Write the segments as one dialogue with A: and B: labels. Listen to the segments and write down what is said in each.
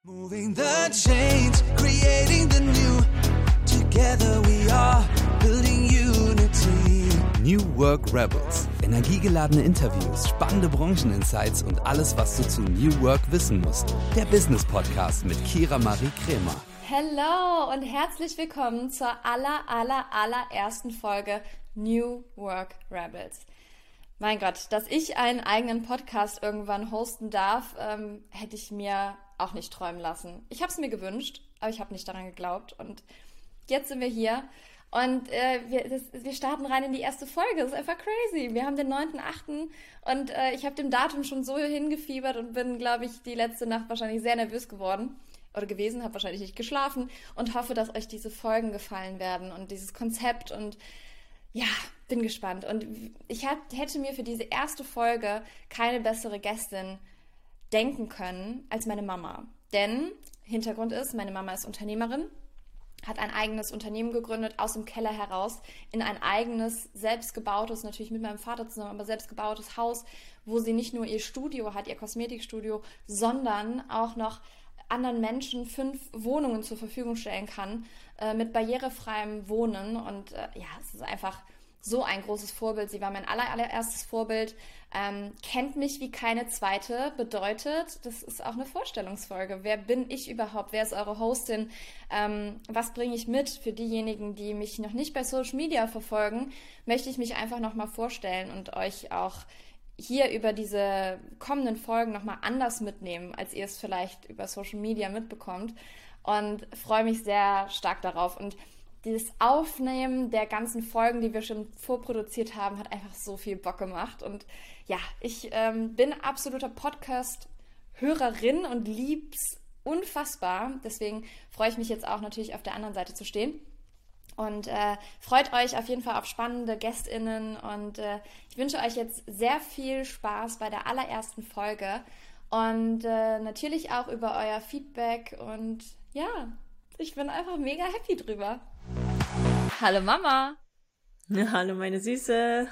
A: Moving the chains, creating the new. Together we are building unity.
B: New Work Rebels. Energiegeladene Interviews, spannende Brancheninsights und alles, was du zu New Work wissen musst. Der Business Podcast mit Kira Marie Kremer.
C: Hello und herzlich willkommen zur allerersten Folge New Work Rebels. Mein Gott, dass ich einen eigenen Podcast irgendwann hosten darf, hätte ich mir auch nicht träumen lassen. Ich habe es mir gewünscht, aber ich habe nicht daran geglaubt. Und jetzt sind wir hier und wir starten rein in die erste Folge. Das ist einfach crazy. Wir haben den 9.8. und ich habe dem Datum schon so hingefiebert und bin, glaube ich, die letzte Nacht wahrscheinlich sehr nervös geworden oder gewesen, habe wahrscheinlich nicht geschlafen und hoffe, dass euch diese Folgen gefallen werden und dieses Konzept und ja, bin gespannt. Und ich hätte mir für diese erste Folge keine bessere Gästin denken können als meine Mama. Denn Hintergrund ist, meine Mama ist Unternehmerin, hat ein eigenes Unternehmen gegründet, aus dem Keller heraus, in ein eigenes, selbstgebautes, natürlich mit meinem Vater zusammen, aber selbstgebautes Haus, wo sie nicht nur ihr Studio hat, ihr Kosmetikstudio, sondern auch noch anderen Menschen 5 Wohnungen zur Verfügung stellen kann, mit barrierefreiem Wohnen. Und ja, es ist einfach so ein großes Vorbild. Sie war mein allererstes Vorbild, kennt mich wie keine zweite, bedeutet, das ist auch eine Vorstellungsfolge. Wer bin ich überhaupt? Wer ist eure Hostin? Was bringe ich mit? Für diejenigen, die mich noch nicht bei Social Media verfolgen, möchte ich mich einfach nochmal vorstellen und euch auch hier über diese kommenden Folgen nochmal anders mitnehmen, als ihr es vielleicht über Social Media mitbekommt. Und freue mich sehr stark darauf. Und dieses Aufnehmen der ganzen Folgen, die wir schon vorproduziert haben, hat einfach so viel Bock gemacht. Und ja, ich bin absoluter Podcast-Hörerin und lieb's unfassbar. Deswegen freue ich mich jetzt auch natürlich auf der anderen Seite zu stehen. Und freut euch auf jeden Fall auf spannende GästInnen. Und ich wünsche euch jetzt sehr viel Spaß bei der allerersten Folge. Und natürlich auch über euer Feedback. Und ja, ich bin einfach mega happy drüber. Hallo Mama.
D: Ja, hallo meine Süße.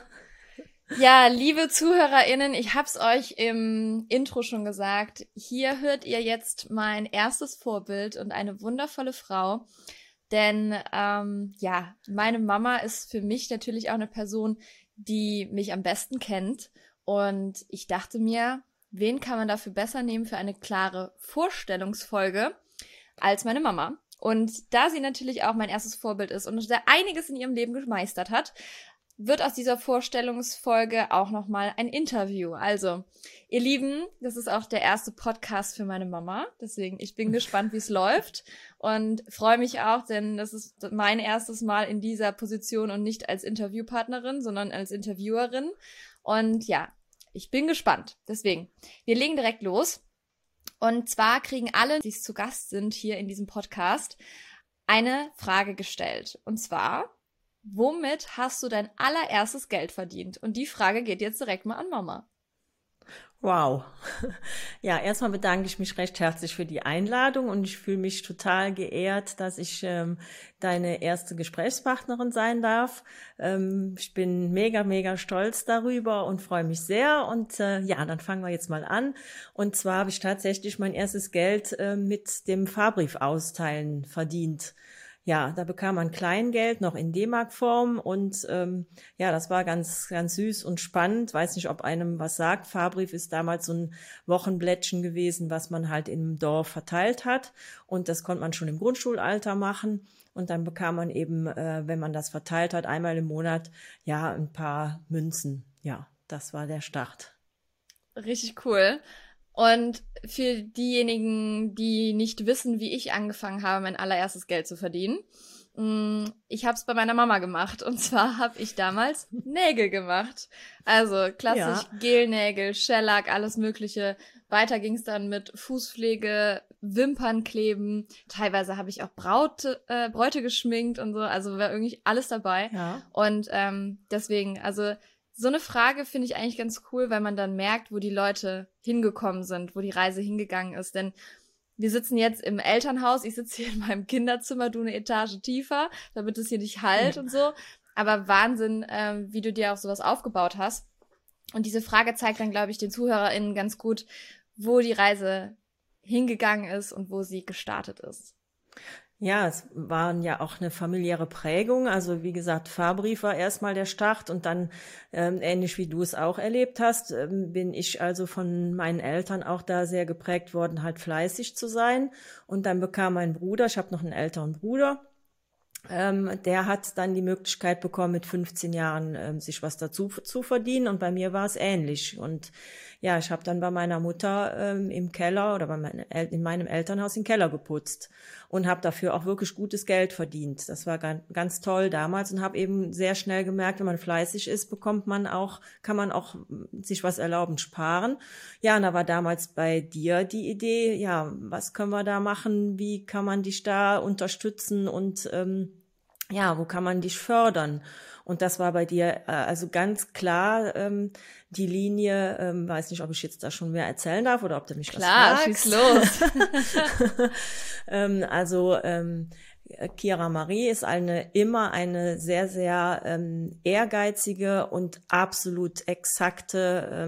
C: Ja, liebe ZuhörerInnen, ich hab's euch im Intro schon gesagt. Hier hört ihr jetzt mein erstes Vorbild und eine wundervolle Frau. Denn ja, meine Mama ist für mich natürlich auch eine Person, die mich am besten kennt. Und ich dachte mir, wen kann man dafür besser nehmen für eine klare Vorstellungsfolge als meine Mama? Und da sie natürlich auch mein erstes Vorbild ist und sehr einiges in ihrem Leben gemeistert hat, wird aus dieser Vorstellungsfolge auch nochmal ein Interview. Also, ihr Lieben, das ist auch der erste Podcast für meine Mama. Deswegen, ich bin gespannt, wie es läuft und freue mich auch, denn das ist mein erstes Mal in dieser Position und nicht als Interviewpartnerin, sondern als Interviewerin. Und ja, ich bin gespannt. Deswegen, wir legen direkt los. Und zwar kriegen alle, die zu Gast sind hier in diesem Podcast, eine Frage gestellt. Und zwar, womit hast du dein allererstes Geld verdient? Und die Frage geht jetzt direkt mal an Mama.
D: Wow. Ja, erstmal bedanke ich mich recht herzlich für die Einladung und ich fühle mich total geehrt, dass ich deine erste Gesprächspartnerin sein darf. Ich bin mega stolz darüber und freue mich sehr. Und ja, dann fangen wir jetzt mal an. Und zwar habe ich tatsächlich mein erstes Geld mit dem Fahrbrief austeilen verdient. Ja, da bekam man Kleingeld noch in D-Mark-Form und ja, das war ganz süß und spannend. Weiß nicht, ob einem was sagt. Fahrbrief ist damals so ein Wochenblättchen gewesen, was man halt im Dorf verteilt hat und das konnte man schon im Grundschulalter machen und dann bekam man eben, wenn man das verteilt hat, einmal im Monat, ja, ein paar Münzen. Ja, das war der Start.
C: Richtig cool. Und für diejenigen, die nicht wissen, wie ich angefangen habe, mein allererstes Geld zu verdienen, ich habe es bei meiner Mama gemacht. Und zwar habe ich damals Nägel gemacht. Also klassisch ja. Gelnägel, Shellac, alles Mögliche. Weiter ging es dann mit Fußpflege, Wimpernkleben. Teilweise habe ich auch Bräute geschminkt und so. Also war irgendwie alles dabei. Ja. Und deswegen, also so eine Frage finde ich eigentlich ganz cool, weil man dann merkt, wo die Leute hingekommen sind, wo die Reise hingegangen ist. Denn wir sitzen jetzt im Elternhaus, ich sitze hier in meinem Kinderzimmer, du eine Etage tiefer, damit es hier nicht hallt und so. Aber Wahnsinn, wie du dir auch sowas aufgebaut hast. Und diese Frage zeigt dann, glaube ich, den ZuhörerInnen ganz gut, wo die Reise hingegangen ist und wo sie gestartet ist?
D: Ja, es waren ja auch eine familiäre Prägung. Also wie gesagt, Fahrbrief war erstmal der Start und dann, ähnlich wie du es auch erlebt hast, bin ich also von meinen Eltern auch da sehr geprägt worden, halt fleißig zu sein. Und dann bekam mein Bruder, ich habe noch einen älteren Bruder, der hat dann die Möglichkeit bekommen, mit 15 Jahren sich was dazu zu verdienen und bei mir war es ähnlich. Und ja, ich habe dann bei meiner Mutter im Keller oder in meinem Elternhaus im Keller geputzt und habe dafür auch wirklich gutes Geld verdient. Das war ganz toll damals und habe eben sehr schnell gemerkt, wenn man fleißig ist, kann man auch sich was erlauben, sparen. Ja, und da war damals bei dir die Idee, ja, was können wir da machen? Wie kann man dich da unterstützen und ja, wo kann man dich fördern? Und das war bei dir also ganz klar die Linie, weiß nicht, ob ich jetzt da schon mehr erzählen darf oder ob du mich was fragst.
C: Klar, schieß los.
D: Also Chiara Marie ist immer eine sehr, sehr ehrgeizige und absolut exakte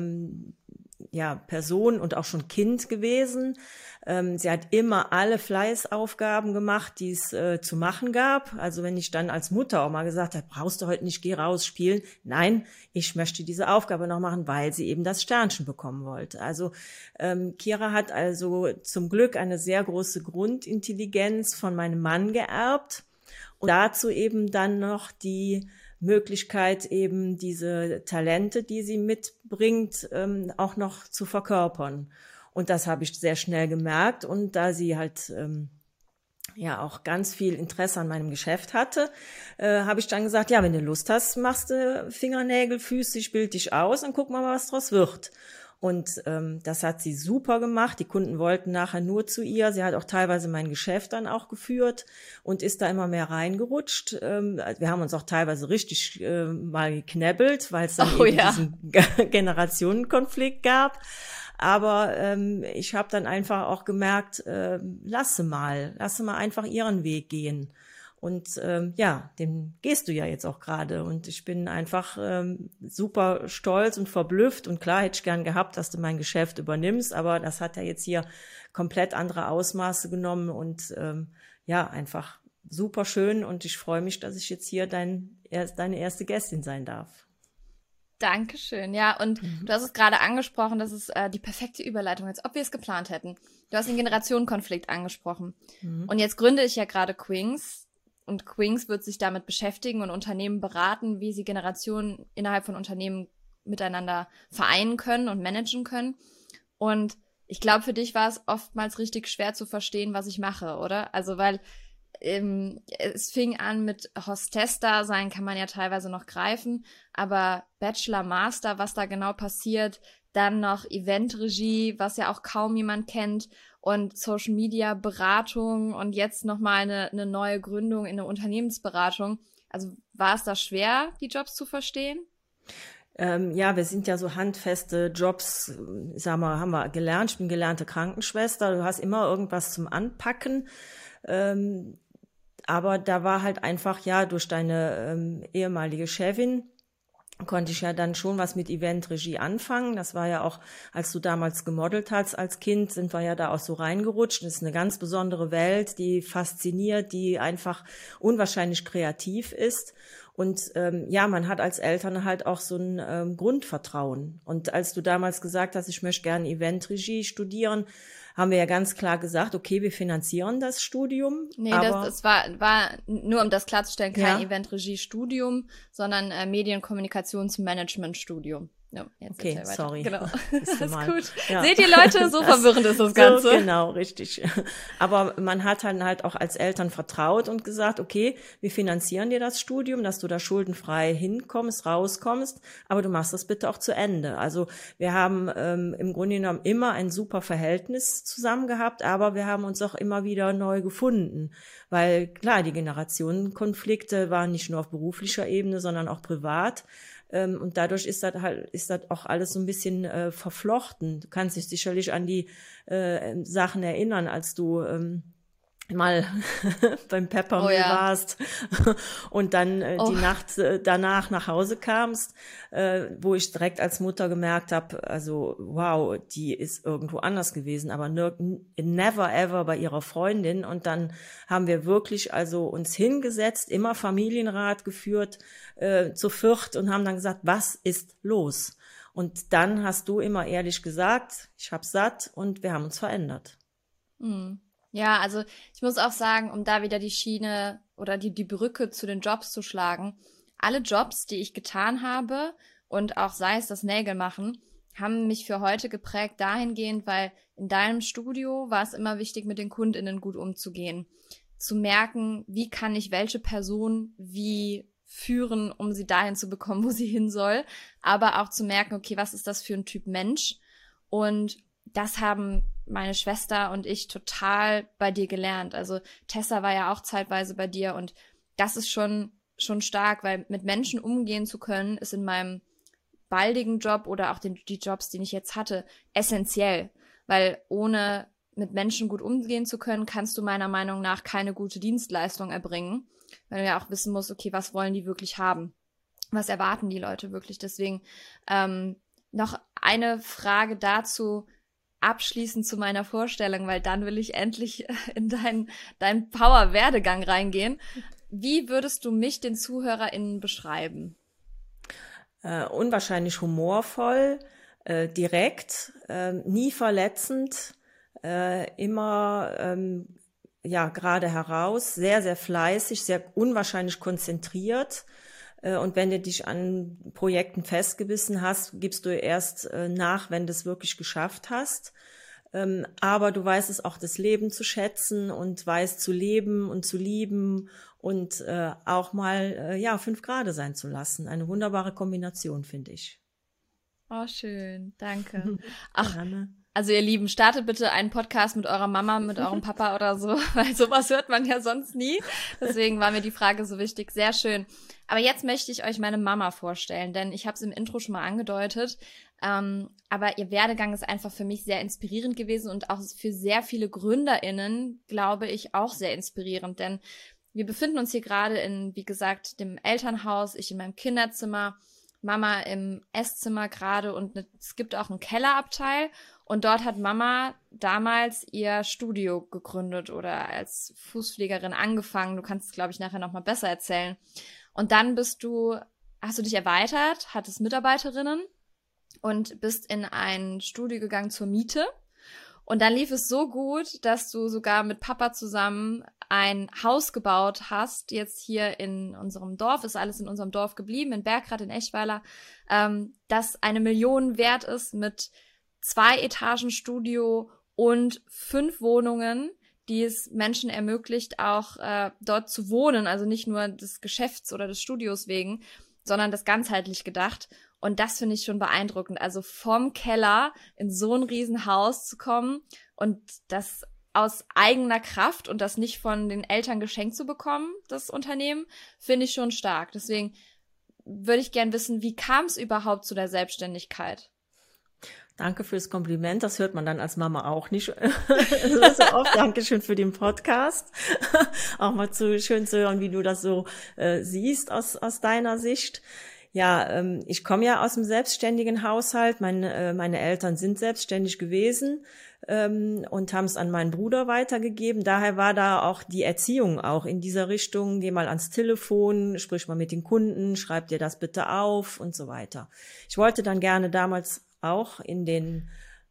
D: Person und auch schon Kind gewesen. Sie hat immer alle Fleißaufgaben gemacht, die es zu machen gab. Also wenn ich dann als Mutter auch mal gesagt habe, brauchst du heute nicht, geh raus spielen. Nein, ich möchte diese Aufgabe noch machen, weil sie eben das Sternchen bekommen wollte. Also Chiara hat also zum Glück eine sehr große Grundintelligenz von meinem Mann geerbt und dazu eben dann noch die Möglichkeit, eben diese Talente, die sie mitbringt, auch noch zu verkörpern. Und das habe ich sehr schnell gemerkt. Und da sie halt auch ganz viel Interesse an meinem Geschäft hatte, habe ich dann gesagt, ja, wenn du Lust hast, machst du Fingernägel, Füße, ich bild dich aus und guck mal, was draus wird. Und das hat sie super gemacht. Die Kunden wollten nachher nur zu ihr. Sie hat auch teilweise mein Geschäft dann auch geführt und ist da immer mehr reingerutscht. Wir haben uns auch teilweise richtig mal geknäbbelt, weil es dann diesen Generationenkonflikt gab. Aber ich habe dann einfach auch gemerkt, lasse mal einfach ihren Weg gehen. Und den gehst du ja jetzt auch gerade. Und ich bin einfach super stolz und verblüfft. Und klar hätte ich gern gehabt, dass du mein Geschäft übernimmst. Aber das hat ja jetzt hier komplett andere Ausmaße genommen. Und einfach super schön. Und ich freue mich, dass ich jetzt hier deine erste Gästin sein darf.
C: Dankeschön. Ja, und du hast es gerade angesprochen, das ist die perfekte Überleitung, als ob wir es geplant hätten. Du hast den Generationenkonflikt angesprochen. Und jetzt gründe ich ja gerade Quinks. Und Quinks wird sich damit beschäftigen und Unternehmen beraten, wie sie Generationen innerhalb von Unternehmen miteinander vereinen können und managen können. Und ich glaube, für dich war es oftmals richtig schwer zu verstehen, was ich mache, oder? Also, weil es fing an mit Hostess-Dasein, kann man ja teilweise noch greifen, aber Bachelor, Master, was da genau passiert, dann noch Eventregie, was ja auch kaum jemand kennt, und Social Media Beratung und jetzt nochmal eine neue Gründung in der Unternehmensberatung. Also war es da schwer, die Jobs zu verstehen?
D: Wir sind ja so handfeste Jobs, sag mal, haben wir gelernt. Ich bin gelernte Krankenschwester, du hast immer irgendwas zum Anpacken. Aber da war halt einfach, durch deine ehemalige Chefin konnte ich ja dann schon was mit Eventregie anfangen. Das war ja auch, als du damals gemodelt hast als Kind, sind wir ja da auch so reingerutscht. Das ist eine ganz besondere Welt, die fasziniert, die einfach unwahrscheinlich kreativ ist. Und man hat als Eltern halt auch so ein Grundvertrauen. Und als du damals gesagt hast, ich möchte gerne Eventregie studieren, haben wir ja ganz klar gesagt, okay, wir finanzieren das Studium.
C: Nee, das war nur, um das klarzustellen, kein Eventregie-Studium, sondern Medienkommunikationsmanagement-Studium. Ja,
D: okay, sorry.
C: Genau. Das ist gut.
D: Ja.
C: Seht ihr, Leute, so verwirrend ist das Ganze.
D: So, genau, richtig. Aber man hat dann halt auch als Eltern vertraut und gesagt, okay, wir finanzieren dir das Studium, dass du da schuldenfrei hinkommst, rauskommst, aber du machst das bitte auch zu Ende. Also wir haben im Grunde genommen immer ein super Verhältnis zusammen gehabt, aber wir haben uns auch immer wieder neu gefunden. Weil klar, die Generationenkonflikte waren nicht nur auf beruflicher Ebene, sondern auch privat. Und dadurch ist das auch alles so ein bisschen verflochten. Du kannst dich sicherlich an die Sachen erinnern, als du mal beim Peppermill warst und dann die Nacht danach nach Hause kamst, wo ich direkt als Mutter gemerkt habe, also wow, die ist irgendwo anders gewesen, aber never ever bei ihrer Freundin. Und dann haben wir wirklich also uns hingesetzt, immer Familienrat geführt, zu viert und haben dann gesagt, was ist los? Und dann hast du immer ehrlich gesagt, ich hab's satt und wir haben uns verändert.
C: Mhm. Ja, also ich muss auch sagen, um da wieder die Schiene oder die Brücke zu den Jobs zu schlagen, alle Jobs, die ich getan habe und auch sei es das Nägel machen, haben mich für heute geprägt dahingehend, weil in deinem Studio war es immer wichtig, mit den KundInnen gut umzugehen, zu merken, wie kann ich welche Person wie führen, um sie dahin zu bekommen, wo sie hin soll, aber auch zu merken, okay, was ist das für ein Typ Mensch? Und das haben meine Schwester und ich total bei dir gelernt. Also Tessa war ja auch zeitweise bei dir und das ist schon stark, weil mit Menschen umgehen zu können, ist in meinem baldigen Job oder auch die Jobs, die ich jetzt hatte, essentiell. Weil ohne mit Menschen gut umgehen zu können, kannst du meiner Meinung nach keine gute Dienstleistung erbringen, weil du ja auch wissen musst, okay, was wollen die wirklich haben? Was erwarten die Leute wirklich? Deswegen noch eine Frage dazu, abschließend zu meiner Vorstellung, weil dann will ich endlich in deinen Power-Werdegang reingehen. Wie würdest du mich den ZuhörerInnen beschreiben?
D: Unwahrscheinlich humorvoll, direkt, nie verletzend, immer gerade heraus, sehr, sehr fleißig, sehr unwahrscheinlich konzentriert. Und wenn du dich an Projekten festgebissen hast, gibst du erst nach, wenn du es wirklich geschafft hast. Aber du weißt es auch, das Leben zu schätzen und weißt zu leben und zu lieben und auch mal 5 Grade sein zu lassen. Eine wunderbare Kombination, finde ich.
C: Oh, schön. Danke. Ach, also ihr Lieben, startet bitte einen Podcast mit eurer Mama, mit eurem Papa oder so, weil sowas hört man ja sonst nie. Deswegen war mir die Frage so wichtig. Sehr schön. Aber jetzt möchte ich euch meine Mama vorstellen, denn ich habe es im Intro schon mal angedeutet. Aber ihr Werdegang ist einfach für mich sehr inspirierend gewesen und auch für sehr viele GründerInnen, glaube ich, auch sehr inspirierend. Denn wir befinden uns hier gerade in, wie gesagt, dem Elternhaus, ich in meinem Kinderzimmer, Mama im Esszimmer gerade und es gibt auch einen Kellerabteil und dort hat Mama damals ihr Studio gegründet oder als Fußpflegerin angefangen. Du kannst es, glaube ich, nachher nochmal besser erzählen. Und dann hast du dich erweitert, hattest Mitarbeiterinnen und bist in ein Studio gegangen zur Miete. Und dann lief es so gut, dass du sogar mit Papa zusammen ein Haus gebaut hast, jetzt hier in unserem Dorf, ist alles in unserem Dorf geblieben, in Bergrad, in Eschweiler, das 1 Million wert ist mit 2 Etagen Studio und 5 Wohnungen, die es Menschen ermöglicht, auch dort zu wohnen, also nicht nur des Geschäfts oder des Studios wegen, sondern das ganzheitlich gedacht. Und das finde ich schon beeindruckend. Also vom Keller in so ein Riesenhaus zu kommen und das aus eigener Kraft und das nicht von den Eltern geschenkt zu bekommen, das Unternehmen, finde ich schon stark. Deswegen würde ich gern wissen, wie kam es überhaupt zu der Selbstständigkeit?
D: Danke fürs Kompliment. Das hört man dann als Mama auch nicht so oft. Dankeschön für den Podcast. Auch mal schön zu hören, wie du das so siehst aus deiner Sicht. Ja, ich komme ja aus einem selbstständigen Haushalt. Meine Eltern sind selbstständig gewesen und haben es an meinen Bruder weitergegeben. Daher war da auch die Erziehung auch in dieser Richtung. Geh mal ans Telefon, sprich mal mit den Kunden, schreib dir das bitte auf und so weiter. Ich wollte dann gerne damals auch in den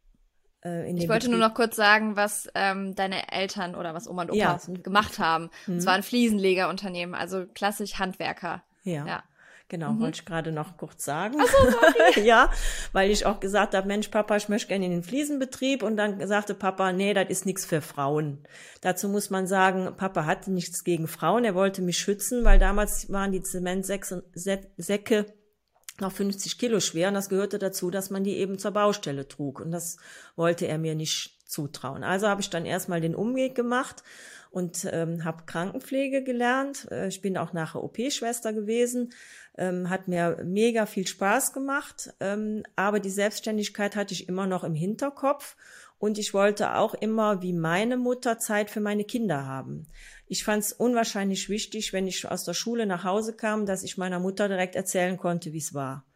C: Ich wollte nur noch kurz sagen, was deine Eltern oder was Oma und Opa gemacht haben. Es war ein Fliesenlegerunternehmen, also klassisch Handwerker.
D: Ja. Genau, wollte ich gerade noch kurz sagen. Ach so, sorry. Ja, weil ich auch gesagt habe, Mensch, Papa, ich möchte gerne in den Fliesenbetrieb. Und dann sagte Papa, nee, das ist nichts für Frauen. Dazu muss man sagen, Papa hatte nichts gegen Frauen. Er wollte mich schützen, weil damals waren die Zementsäcke noch 50 Kilo schwer. Und das gehörte dazu, dass man die eben zur Baustelle trug. Und das wollte er mir nicht zutrauen. Also habe ich dann erstmal den Umweg gemacht und habe Krankenpflege gelernt. Ich bin auch nachher OP-Schwester gewesen. Hat mir mega viel Spaß gemacht, aber die Selbstständigkeit hatte ich immer noch im Hinterkopf und ich wollte auch immer, wie meine Mutter, Zeit für meine Kinder haben. Ich fand es unwahrscheinlich wichtig, wenn ich aus der Schule nach Hause kam, dass ich meiner Mutter direkt erzählen konnte, wie es war.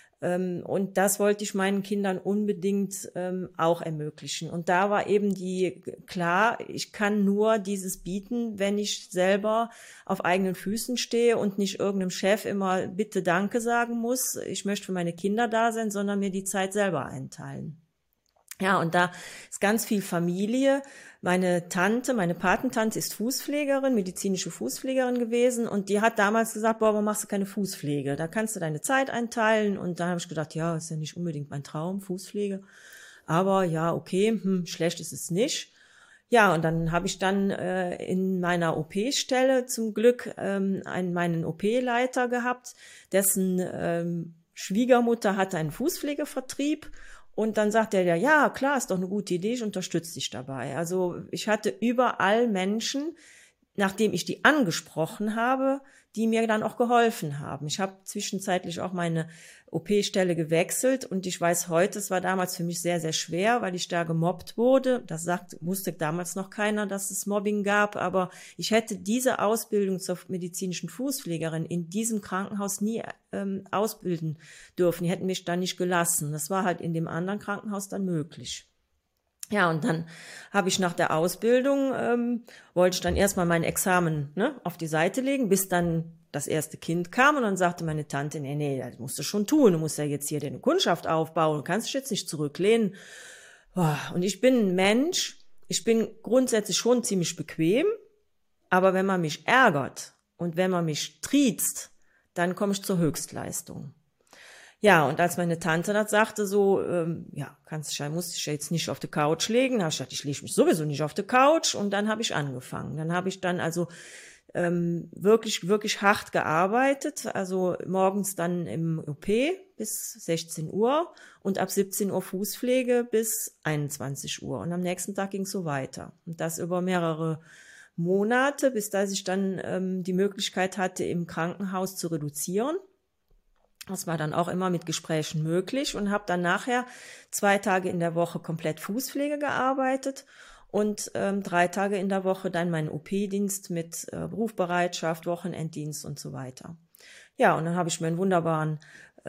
D: Und das wollte ich meinen Kindern unbedingt auch ermöglichen. Und da war eben klar, ich kann nur dieses bieten, wenn ich selber auf eigenen Füßen stehe und nicht irgendeinem Chef immer bitte Danke sagen muss. Ich möchte für meine Kinder da sein, sondern mir die Zeit selber einteilen. Ja, und da ist ganz viel Familie. Meine Patentante ist Fußpflegerin, medizinische Fußpflegerin gewesen, und die hat damals gesagt, boah, warum machst du keine Fußpflege? Da kannst du deine Zeit einteilen. Und da habe ich gedacht, ja, ist ja nicht unbedingt mein Traum, Fußpflege. Aber ja, okay, schlecht ist es nicht. Ja, und dann habe ich dann in meiner OP-Stelle zum Glück meinen OP-Leiter gehabt, dessen Schwiegermutter hatte einen Fußpflegevertrieb. Und dann sagt er, ja, klar, ist doch eine gute Idee, ich unterstütze dich dabei. Also ich hatte überall Menschen, nachdem ich die angesprochen habe, die mir dann auch geholfen haben. Ich habe zwischenzeitlich auch meine OP-Stelle gewechselt, und ich weiß heute, es war damals für mich sehr, sehr schwer, weil ich da gemobbt wurde. Wusste damals noch keiner, dass es Mobbing gab, aber ich hätte diese Ausbildung zur medizinischen Fußpflegerin in diesem Krankenhaus nie ausbilden dürfen. Die hätten mich da nicht gelassen. Das war halt in dem anderen Krankenhaus dann möglich. Ja, und dann habe ich nach der Ausbildung, wollte ich dann erstmal mein Examen auf die Seite legen, bis dann das erste Kind kam, und dann sagte meine Tante, nee, das musst du schon tun, du musst ja jetzt hier deine Kundschaft aufbauen, du kannst dich jetzt nicht zurücklehnen. Und ich bin ein Mensch, ich bin grundsätzlich schon ziemlich bequem, aber wenn man mich ärgert und wenn man mich triezt, dann komme ich zur Höchstleistung. Ja, und als meine Tante das sagte, so, musst dich jetzt nicht auf die Couch legen, habe ich gesagt, ich lege mich sowieso nicht auf die Couch, und dann habe ich angefangen. Dann habe ich dann also wirklich, wirklich hart gearbeitet, also morgens dann im OP bis 16 Uhr und ab 17 Uhr Fußpflege bis 21 Uhr. Und am nächsten Tag ging es so weiter. Und das über mehrere Monate, bis dass ich dann die Möglichkeit hatte, im Krankenhaus zu reduzieren. Das war dann auch immer mit Gesprächen möglich, und habe dann nachher 2 Tage in der Woche komplett Fußpflege gearbeitet und 3 Tage in der Woche dann meinen OP-Dienst mit Rufbereitschaft, Wochenenddienst und so weiter. Ja, und dann habe ich mir einen wunderbaren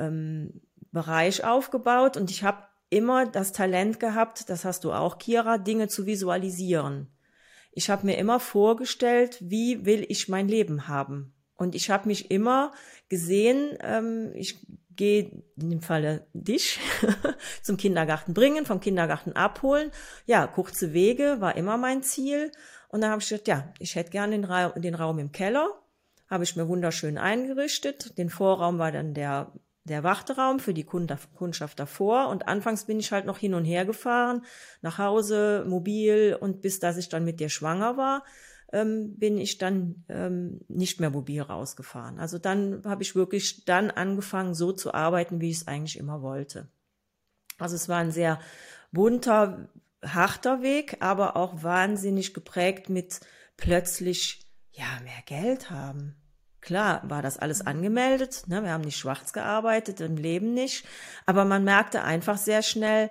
D: Bereich aufgebaut, und ich habe immer das Talent gehabt, das hast du auch, Kira, Dinge zu visualisieren. Ich habe mir immer vorgestellt, wie will ich mein Leben haben? Und ich habe mich immer gesehen, ich gehe in dem Falle dich zum Kindergarten bringen, vom Kindergarten abholen. Ja, kurze Wege war immer mein Ziel. Und dann habe ich gesagt, ja, ich hätte gerne den Raum im Keller. Habe ich mir wunderschön eingerichtet. Den Vorraum war dann der Warteraum für die Kundschaft davor. Und anfangs bin ich halt noch hin und her gefahren, nach Hause, mobil. Und bis dass ich dann mit dir schwanger war, bin ich dann nicht mehr mobil rausgefahren. Also dann habe ich wirklich dann angefangen, so zu arbeiten, wie ich es eigentlich immer wollte. Also es war ein sehr bunter, harter Weg, aber auch wahnsinnig geprägt mit plötzlich, mehr Geld haben. Klar war das alles angemeldet, wir haben nicht schwarz gearbeitet, im Leben nicht, aber man merkte einfach sehr schnell,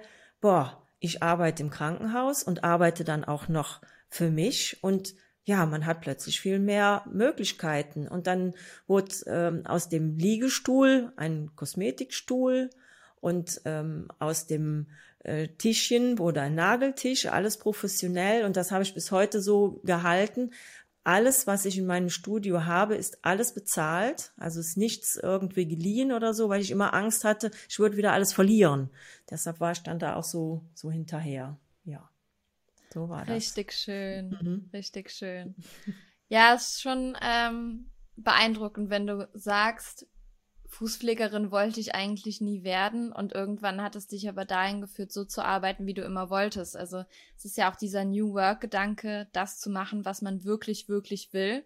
D: ich arbeite im Krankenhaus und arbeite dann auch noch für mich, und man hat plötzlich viel mehr Möglichkeiten. Und dann wurde aus dem Liegestuhl ein Kosmetikstuhl, und aus dem Tischchen wurde ein Nageltisch, alles professionell, und das habe ich bis heute so gehalten. Alles, was ich in meinem Studio habe, ist alles bezahlt, also ist nichts irgendwie geliehen oder so, weil ich immer Angst hatte, ich würde wieder alles verlieren. Deshalb stand da auch so hinterher, ja. So war das.
C: Richtig schön, richtig schön. Ja, es ist schon beeindruckend, wenn du sagst, Fußpflegerin wollte ich eigentlich nie werden, und irgendwann hat es dich aber dahin geführt, so zu arbeiten, wie du immer wolltest. Also es ist ja auch dieser New Work-Gedanke, das zu machen, was man wirklich, wirklich will.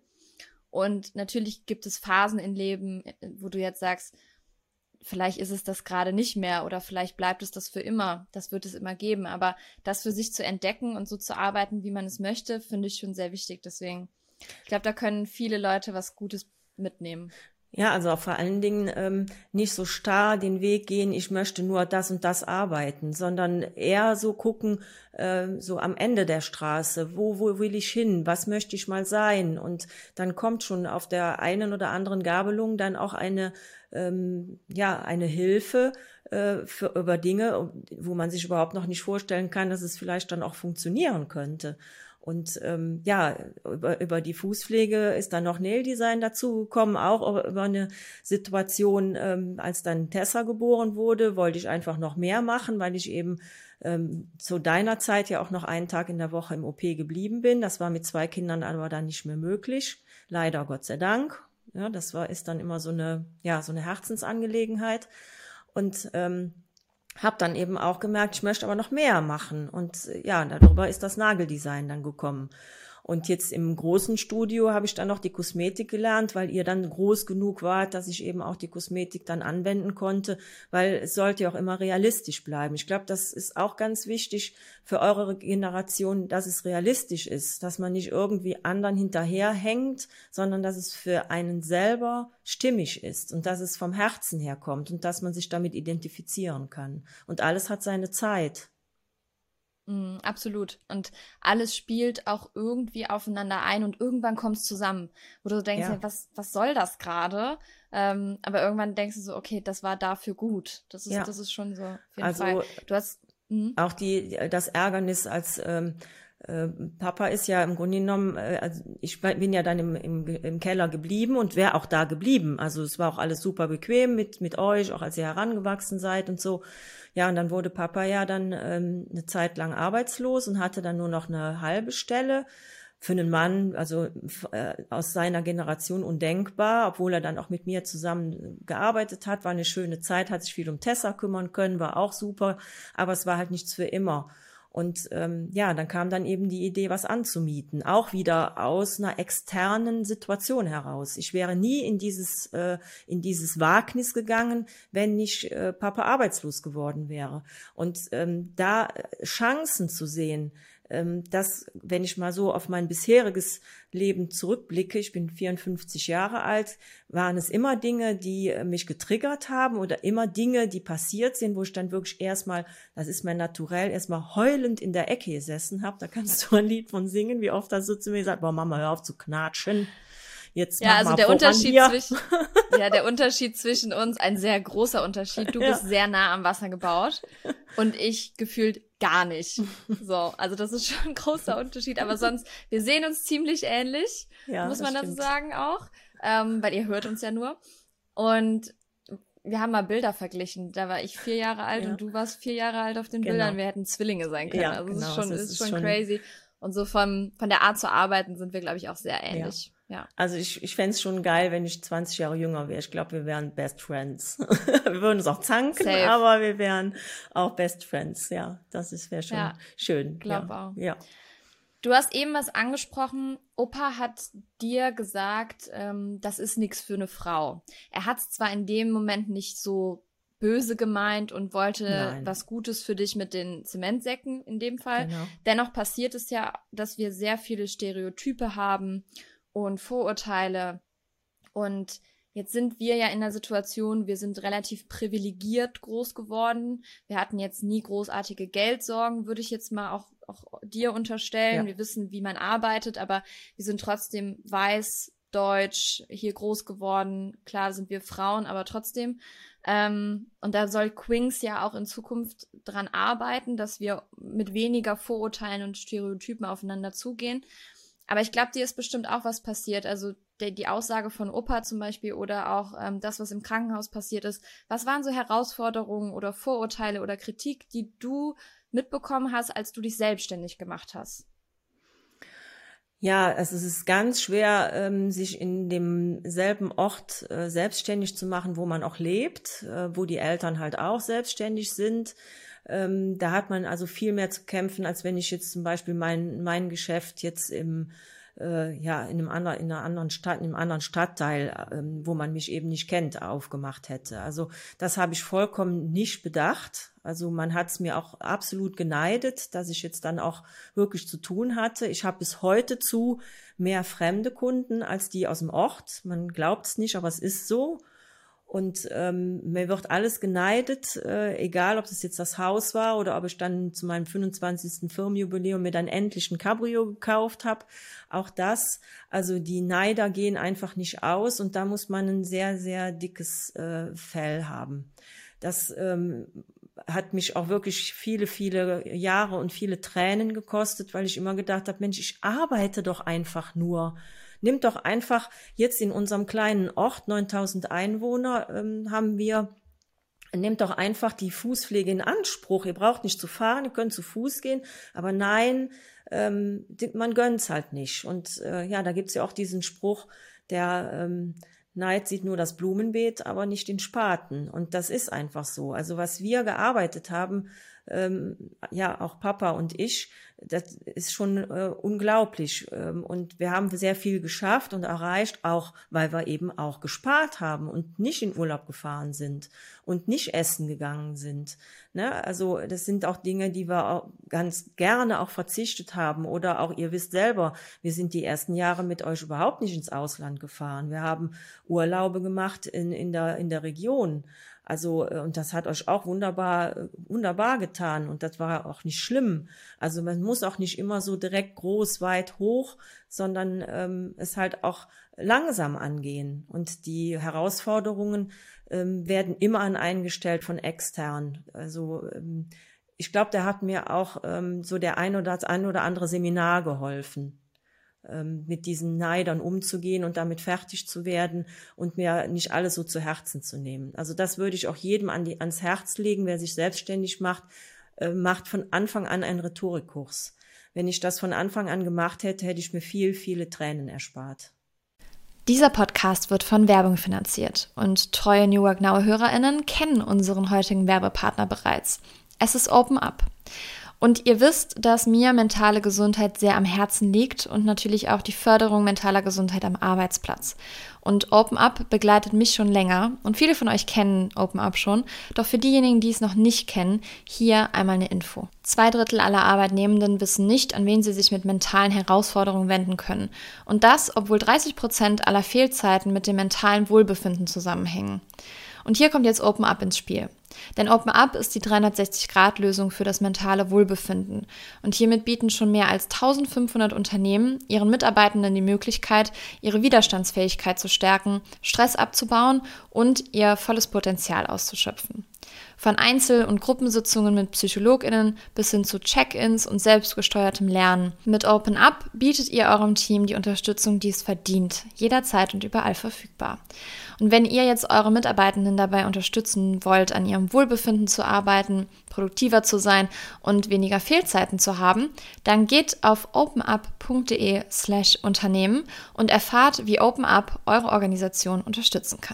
C: Und natürlich gibt es Phasen im Leben, wo du jetzt sagst, vielleicht ist es das gerade nicht mehr oder vielleicht bleibt es das für immer. Das wird es immer geben. Aber das für sich zu entdecken und so zu arbeiten, wie man es möchte, finde ich schon sehr wichtig. Deswegen, ich glaube, da können viele Leute was Gutes mitnehmen.
D: Ja, also auch vor allen Dingen nicht so starr den Weg gehen, ich möchte nur das und das arbeiten, sondern eher so gucken, so am Ende der Straße, wo will ich hin, was möchte ich mal sein? Und dann kommt schon auf der einen oder anderen Gabelung dann auch eine Hilfe über Dinge, wo man sich überhaupt noch nicht vorstellen kann, dass es vielleicht dann auch funktionieren könnte. Und über die Fußpflege ist dann noch Nail Design dazugekommen, auch über eine Situation, als dann Tessa geboren wurde, wollte ich einfach noch mehr machen, weil ich eben zu deiner Zeit ja auch noch einen Tag in der Woche im OP geblieben bin. Das war mit 2 Kindern aber dann nicht mehr möglich. Leider, Gott sei Dank. Ja, ist dann immer so eine Herzensangelegenheit. Und habe dann eben auch gemerkt, ich möchte aber noch mehr machen. Und darüber ist das Nageldesign dann gekommen. Und jetzt im großen Studio habe ich dann noch die Kosmetik gelernt, weil ihr dann groß genug wart, dass ich eben auch die Kosmetik dann anwenden konnte, weil es sollte ja auch immer realistisch bleiben. Ich glaube, das ist auch ganz wichtig für eure Generation, dass es realistisch ist, dass man nicht irgendwie anderen hinterherhängt, sondern dass es für einen selber stimmig ist und dass es vom Herzen herkommt und dass man sich damit identifizieren kann. Und alles hat seine Zeit.
C: Absolut. Und alles spielt auch irgendwie aufeinander ein und irgendwann kommt es zusammen, wo du denkst, was soll das gerade? Aber irgendwann denkst du so, okay, das war dafür gut. Das ist schon so auf jeden Fall. Du hast
D: auch das Ärgernis als Papa ist ja im Grunde genommen, also ich bin ja dann im Keller geblieben und wäre auch da geblieben. Also es war auch alles super bequem mit euch, auch als ihr herangewachsen seid und so. Ja, und dann wurde Papa ja dann eine Zeit lang arbeitslos und hatte dann nur noch eine halbe Stelle. Für einen Mann, also aus seiner Generation undenkbar, obwohl er dann auch mit mir zusammen gearbeitet hat, war eine schöne Zeit, hat sich viel um Tessa kümmern können, war auch super, aber es war halt nichts für immer. Und dann kam dann eben die Idee, was anzumieten, auch wieder aus einer externen Situation heraus. Ich wäre nie in dieses Wagnis gegangen, wenn nicht Papa arbeitslos geworden wäre. Und da Chancen zu sehen, dass, wenn ich mal so auf mein bisheriges Leben zurückblicke, ich bin 54 Jahre alt, waren es immer Dinge, die mich getriggert haben oder immer Dinge, die passiert sind, wo ich dann wirklich erstmal, das ist mein Naturell, erstmal heulend in der Ecke gesessen habe. Da kannst du ein Lied von singen, wie oft das so zu mir sagt, boah Mama, hör auf zu knatschen. Jetzt
C: ja, also der Unterschied zwischen uns, ein sehr großer Unterschied. Du bist sehr nah am Wasser gebaut und ich gefühlt gar nicht. So, also das ist schon ein großer Unterschied. Aber sonst, wir sehen uns ziemlich ähnlich, muss man dazu sagen auch, weil ihr hört uns ja nur. Und wir haben mal Bilder verglichen. Da war ich 4 Jahre alt und du warst 4 Jahre alt auf den Bildern. Wir hätten Zwillinge sein können.
D: Ja,
C: also
D: genau.
C: Das ist schon crazy. Und so von der Art zu arbeiten sind wir, glaube ich, auch sehr ähnlich. Ja.
D: Also ich fände es schon geil, wenn ich 20 Jahre jünger wäre. Ich glaube, wir wären Best Friends. Wir würden uns auch zanken, aber wir wären auch Best Friends. Ja, wäre schon schön.
C: Glaube auch.
D: Ja.
C: Du hast eben was angesprochen. Opa hat dir gesagt, das ist nichts für eine Frau. Er hat es zwar in dem Moment nicht so böse gemeint und wollte was Gutes für dich mit den Zementsäcken in dem Fall.
D: Genau.
C: Dennoch passiert es ja, dass wir sehr viele Stereotype haben und Vorurteile. Und jetzt sind wir ja in der Situation, wir sind relativ privilegiert groß geworden. Wir hatten jetzt nie großartige Geldsorgen, würde ich jetzt mal auch dir unterstellen. Ja. Wir wissen, wie man arbeitet, aber wir sind trotzdem weiß, deutsch, hier groß geworden. Klar sind wir Frauen, aber trotzdem. Und da soll Quinks ja auch in Zukunft dran arbeiten, dass wir mit weniger Vorurteilen und Stereotypen aufeinander zugehen. Aber ich glaube, dir ist bestimmt auch was passiert. Also die Aussage von Opa zum Beispiel oder auch das, was im Krankenhaus passiert ist. Was waren so Herausforderungen oder Vorurteile oder Kritik, die du mitbekommen hast, als du dich selbstständig gemacht hast?
D: Ja, also es ist ganz schwer, sich in demselben Ort selbstständig zu machen, wo man auch lebt, wo die Eltern halt auch selbstständig sind. Da hat man also viel mehr zu kämpfen, als wenn ich jetzt zum Beispiel mein Geschäft jetzt im ja in einer anderen Stadt, in einem anderen Stadtteil, wo man mich eben nicht kennt, aufgemacht hätte. Also das habe ich vollkommen nicht bedacht. Also man hat es mir auch absolut geneidet, dass ich jetzt dann auch wirklich zu tun hatte. Ich habe bis heute mehr fremde Kunden als die aus dem Ort. Man glaubt es nicht, aber es ist so. Und mir wird alles geneidet, egal ob das jetzt das Haus war oder ob ich dann zu meinem 25. Firmenjubiläum mir dann endlich ein Cabrio gekauft habe. Auch das, also die Neider gehen einfach nicht aus und da muss man ein sehr, sehr dickes Fell haben. Das hat mich auch wirklich viele, viele Jahre und viele Tränen gekostet, weil ich immer gedacht habe, Mensch, ich arbeite doch einfach nur. Nimmt doch einfach jetzt in unserem kleinen Ort, 9000 Einwohner haben wir, nehmt doch einfach die Fußpflege in Anspruch. Ihr braucht nicht zu fahren, ihr könnt zu Fuß gehen, aber nein, man gönnt's halt nicht. Und ja, da gibt's ja auch diesen Spruch, der Neid sieht nur das Blumenbeet, aber nicht den Spaten. Und das ist einfach so. Also was wir gearbeitet haben, ja, auch Papa und ich, das ist schon unglaublich. Und wir haben sehr viel geschafft und erreicht, auch weil wir eben auch gespart haben und nicht in Urlaub gefahren sind und nicht essen gegangen sind. Ne? Also das sind auch Dinge, die wir auch ganz gerne auch verzichtet haben. Oder auch, ihr wisst selber, wir sind die ersten Jahre mit euch überhaupt nicht ins Ausland gefahren. Wir haben Urlaube gemacht in der Region. Also, und das hat euch auch wunderbar getan und das war auch nicht schlimm. Also man muss auch nicht immer so direkt groß, weit, hoch, sondern es halt auch langsam angehen. Und die Herausforderungen werden immer an einen gestellt von extern. Also ich glaube, da hat mir auch so das ein oder andere Seminar geholfen, mit diesen Neidern umzugehen und damit fertig zu werden und mir nicht alles so zu Herzen zu nehmen. Also das würde ich auch jedem ans Herz legen, wer sich selbstständig macht, macht von Anfang an einen Rhetorikkurs. Wenn ich das von Anfang an gemacht hätte, hätte ich mir viele Tränen erspart.
C: Dieser Podcast wird von Werbung finanziert und treue New Work Now HörerInnen kennen unseren heutigen Werbepartner bereits. Es ist OpenUp. Und ihr wisst, dass mir mentale Gesundheit sehr am Herzen liegt und natürlich auch die Förderung mentaler Gesundheit am Arbeitsplatz. Und OpenUp begleitet mich schon länger und viele von euch kennen OpenUp schon. Doch für diejenigen, die es noch nicht kennen, hier einmal eine Info. 2/3 aller Arbeitnehmenden wissen nicht, an wen sie sich mit mentalen Herausforderungen wenden können. Und das, obwohl 30% aller Fehlzeiten mit dem mentalen Wohlbefinden zusammenhängen. Und hier kommt jetzt OpenUp ins Spiel. Denn OpenUp ist die 360-Grad-Lösung für das mentale Wohlbefinden. Und hiermit bieten schon mehr als 1500 Unternehmen ihren Mitarbeitenden die Möglichkeit, ihre Widerstandsfähigkeit zu stärken, Stress abzubauen und ihr volles Potenzial auszuschöpfen. Von Einzel- und Gruppensitzungen mit PsychologInnen bis hin zu Check-ins und selbstgesteuertem Lernen. Mit OpenUp bietet ihr eurem Team die Unterstützung, die es verdient, jederzeit und überall verfügbar. Und wenn ihr jetzt eure Mitarbeitenden dabei unterstützen wollt, an ihrem Wohlbefinden zu arbeiten, produktiver zu sein und weniger Fehlzeiten zu haben, dann geht auf openup.de/Unternehmen und erfahrt, wie OpenUp eure Organisation unterstützen kann.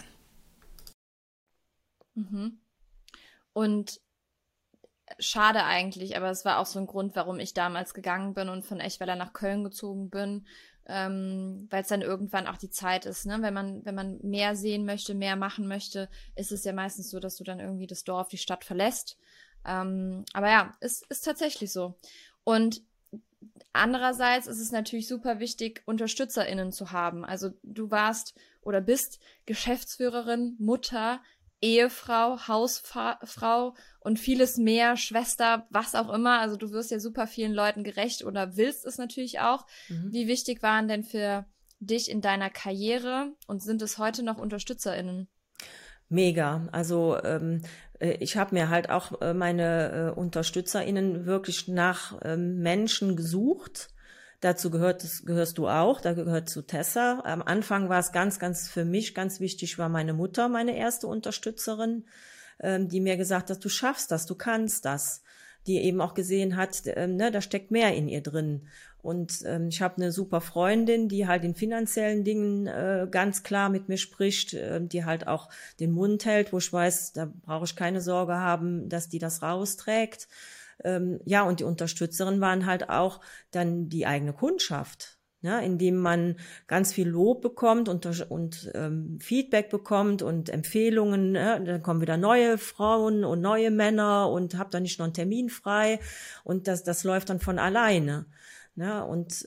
C: Und schade eigentlich, aber es war auch so ein Grund, warum ich damals gegangen bin und von Eschweiler nach Köln gezogen bin, weil es dann irgendwann auch die Zeit ist, ne? Wenn man mehr sehen möchte, mehr machen möchte, ist es ja meistens so, dass du dann irgendwie das Dorf, die Stadt verlässt. Aber ja, ist tatsächlich so. Und andererseits ist es natürlich super wichtig, UnterstützerInnen zu haben. Also du warst oder bist Geschäftsführerin, Mutter, Ehefrau, Hausfrau und vieles mehr, Schwester, was auch immer. Also du wirst ja super vielen Leuten gerecht oder willst es natürlich auch. Wie wichtig waren denn für dich in deiner Karriere und sind es heute noch UnterstützerInnen?
D: Mega. Also ich habe mir halt auch meine UnterstützerInnen wirklich nach Menschen gesucht. Dazu gehörst du auch, da gehört zu Tessa. Am Anfang war es ganz für mich ganz wichtig, war meine Mutter meine erste Unterstützerin, die mir gesagt hat, du schaffst das, du kannst das. Die eben auch gesehen hat, da steckt mehr in ihr drin. Und ich habe eine super Freundin, die halt in finanziellen Dingen ganz klar mit mir spricht, die halt auch den Mund hält, wo ich weiß, da brauche ich keine Sorge haben, dass die das rausträgt. Ja, und die Unterstützerin waren halt auch dann die eigene Kundschaft. Ja, indem man ganz viel Lob bekommt und Feedback bekommt und Empfehlungen. Ja, dann kommen wieder neue Frauen und neue Männer und habt dann nicht noch einen Termin frei und das läuft dann von alleine. Ja, und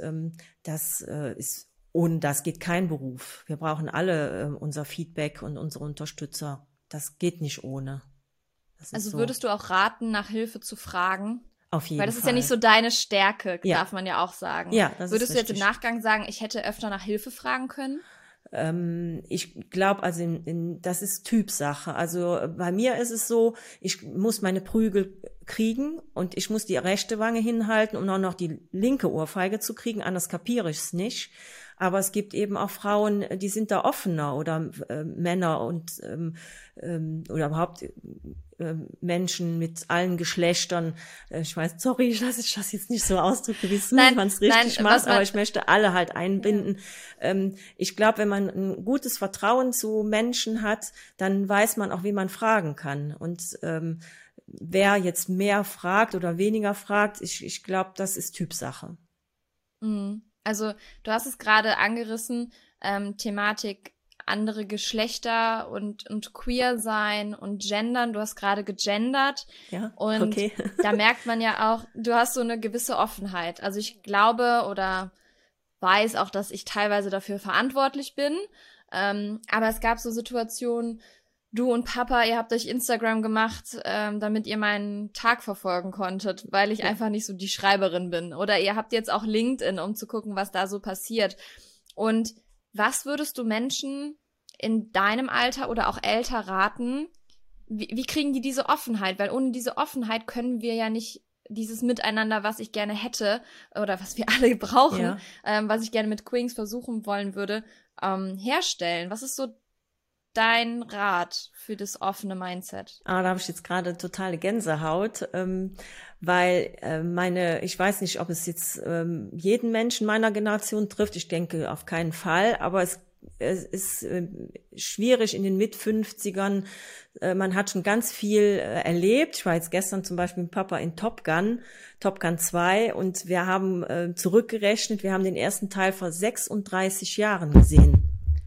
D: ohne das geht kein Beruf. Wir brauchen alle unser Feedback und unsere Unterstützer. Das geht nicht ohne.
C: Also würdest du auch raten, nach Hilfe zu fragen?
D: Auf jeden Fall.
C: Weil das ist ja nicht so deine Stärke, darf man ja auch sagen.
D: Ja, das
C: Würdest
D: ist
C: du jetzt
D: richtig.
C: im Nachgang sagen, ich hätte öfter nach Hilfe fragen können?
D: Ich glaube, also das ist Typsache. Also bei mir ist es so, ich muss meine Prügel kriegen und ich muss die rechte Wange hinhalten, um auch noch die linke Ohrfeige zu kriegen, anders kapiere ich es nicht. Aber es gibt eben auch Frauen, die sind da offener oder Männer und oder überhaupt Menschen mit allen Geschlechtern. Ich weiß, sorry, ich lasse das jetzt nicht so ausdrücken, wie es man es richtig macht, aber ich möchte alle halt einbinden. Ja. Ich glaube, wenn man ein gutes Vertrauen zu Menschen hat, dann weiß man auch, wie man fragen kann. Und wer jetzt mehr fragt oder weniger fragt, ich glaube, das ist Typsache.
C: Also du hast es gerade angerissen, Thematik andere Geschlechter und queer sein und gendern. Du hast gerade gegendert.
D: Ja,
C: und
D: okay.
C: Da merkt man ja auch, du hast so eine gewisse Offenheit. Also ich glaube oder weiß auch, dass ich teilweise dafür verantwortlich bin. Aber es gab so Situationen, du und Papa, ihr habt euch Instagram gemacht, damit ihr meinen Tag verfolgen konntet, weil ich einfach nicht so die Schreiberin bin. Oder ihr habt jetzt auch LinkedIn, um zu gucken, was da so passiert. Und was würdest du Menschen in deinem Alter oder auch älter raten? Wie kriegen die diese Offenheit? Weil ohne diese Offenheit können wir ja nicht dieses Miteinander, was ich gerne hätte oder was wir alle brauchen, was ich gerne mit Queens versuchen wollen würde, herstellen. Was ist so dein Rat für das offene Mindset?
D: Da habe ich jetzt gerade totale Gänsehaut, weil ich weiß nicht, ob es jetzt jeden Menschen meiner Generation trifft, ich denke auf keinen Fall, aber es ist schwierig in den Mit-50ern, man hat schon ganz viel erlebt. Ich war jetzt gestern zum Beispiel mit Papa in Top Gun 2 und wir haben zurückgerechnet, wir haben den ersten Teil vor 36 Jahren gesehen.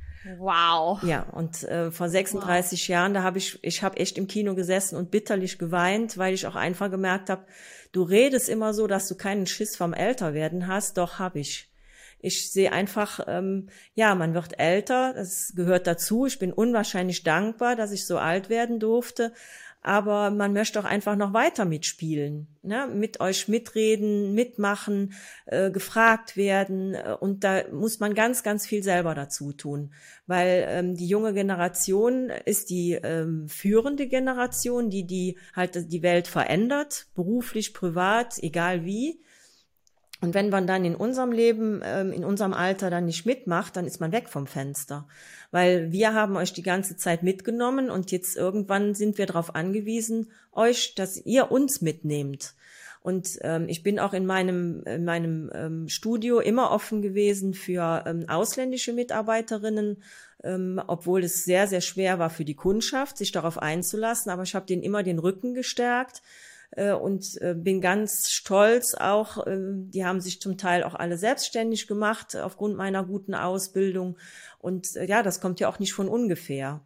C: Wow.
D: Ja, und vor 36 Jahren, ich habe echt im Kino gesessen und bitterlich geweint, weil ich auch einfach gemerkt habe, du redest immer so, dass du keinen Schiss vom Älterwerden hast. Doch, habe ich. Ich sehe einfach, man wird älter, das gehört dazu. Ich bin unwahrscheinlich dankbar, dass ich so alt werden durfte. Aber man möchte auch einfach noch weiter mitspielen, ne? Mit euch mitreden, mitmachen, gefragt werden. Und da muss man ganz, ganz viel selber dazu tun. Weil die junge Generation ist die führende Generation, die halt die Welt verändert, beruflich, privat, egal wie. Und wenn man dann in unserem Leben, in unserem Alter dann nicht mitmacht, dann ist man weg vom Fenster. Weil wir haben euch die ganze Zeit mitgenommen und jetzt irgendwann sind wir darauf angewiesen, dass ihr uns mitnehmt. Und ich bin auch in meinem Studio immer offen gewesen für ausländische Mitarbeiterinnen, obwohl es sehr, sehr schwer war für die Kundschaft, sich darauf einzulassen. Aber ich habe denen immer den Rücken gestärkt. Und bin ganz stolz auch, die haben sich zum Teil auch alle selbstständig gemacht aufgrund meiner guten Ausbildung und das kommt ja auch nicht von ungefähr.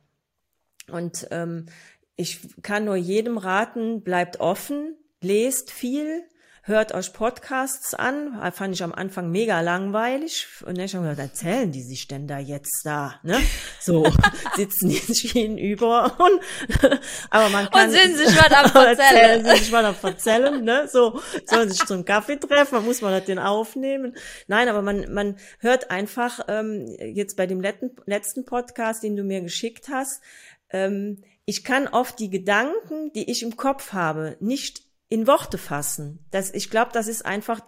D: Und ich kann nur jedem raten, bleibt offen, lest viel, hört euch Podcasts an, fand ich am Anfang mega langweilig. Und ich habe gedacht, erzählen die sich denn da jetzt da, ne? So, sitzen die sich hinüber aber man kann.
C: Und sind sich was am Verzellen.
D: Sind sich was am Verzellen, ne? So, sollen sich zum Kaffee treffen, man muss das denn aufnehmen. Nein, aber man hört einfach, jetzt bei dem letzten Podcast, den du mir geschickt hast, ich kann oft die Gedanken, die ich im Kopf habe, nicht in Worte fassen. Ich glaube, das ist einfach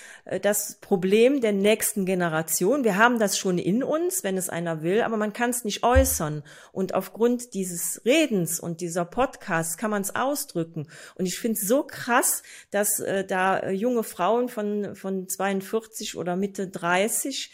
D: das Problem der nächsten Generation. Wir haben das schon in uns, wenn es einer will, aber man kann es nicht äußern. Und aufgrund dieses Redens und dieser Podcasts kann man es ausdrücken. Und ich finde es so krass, dass da junge Frauen von 42 oder Mitte 30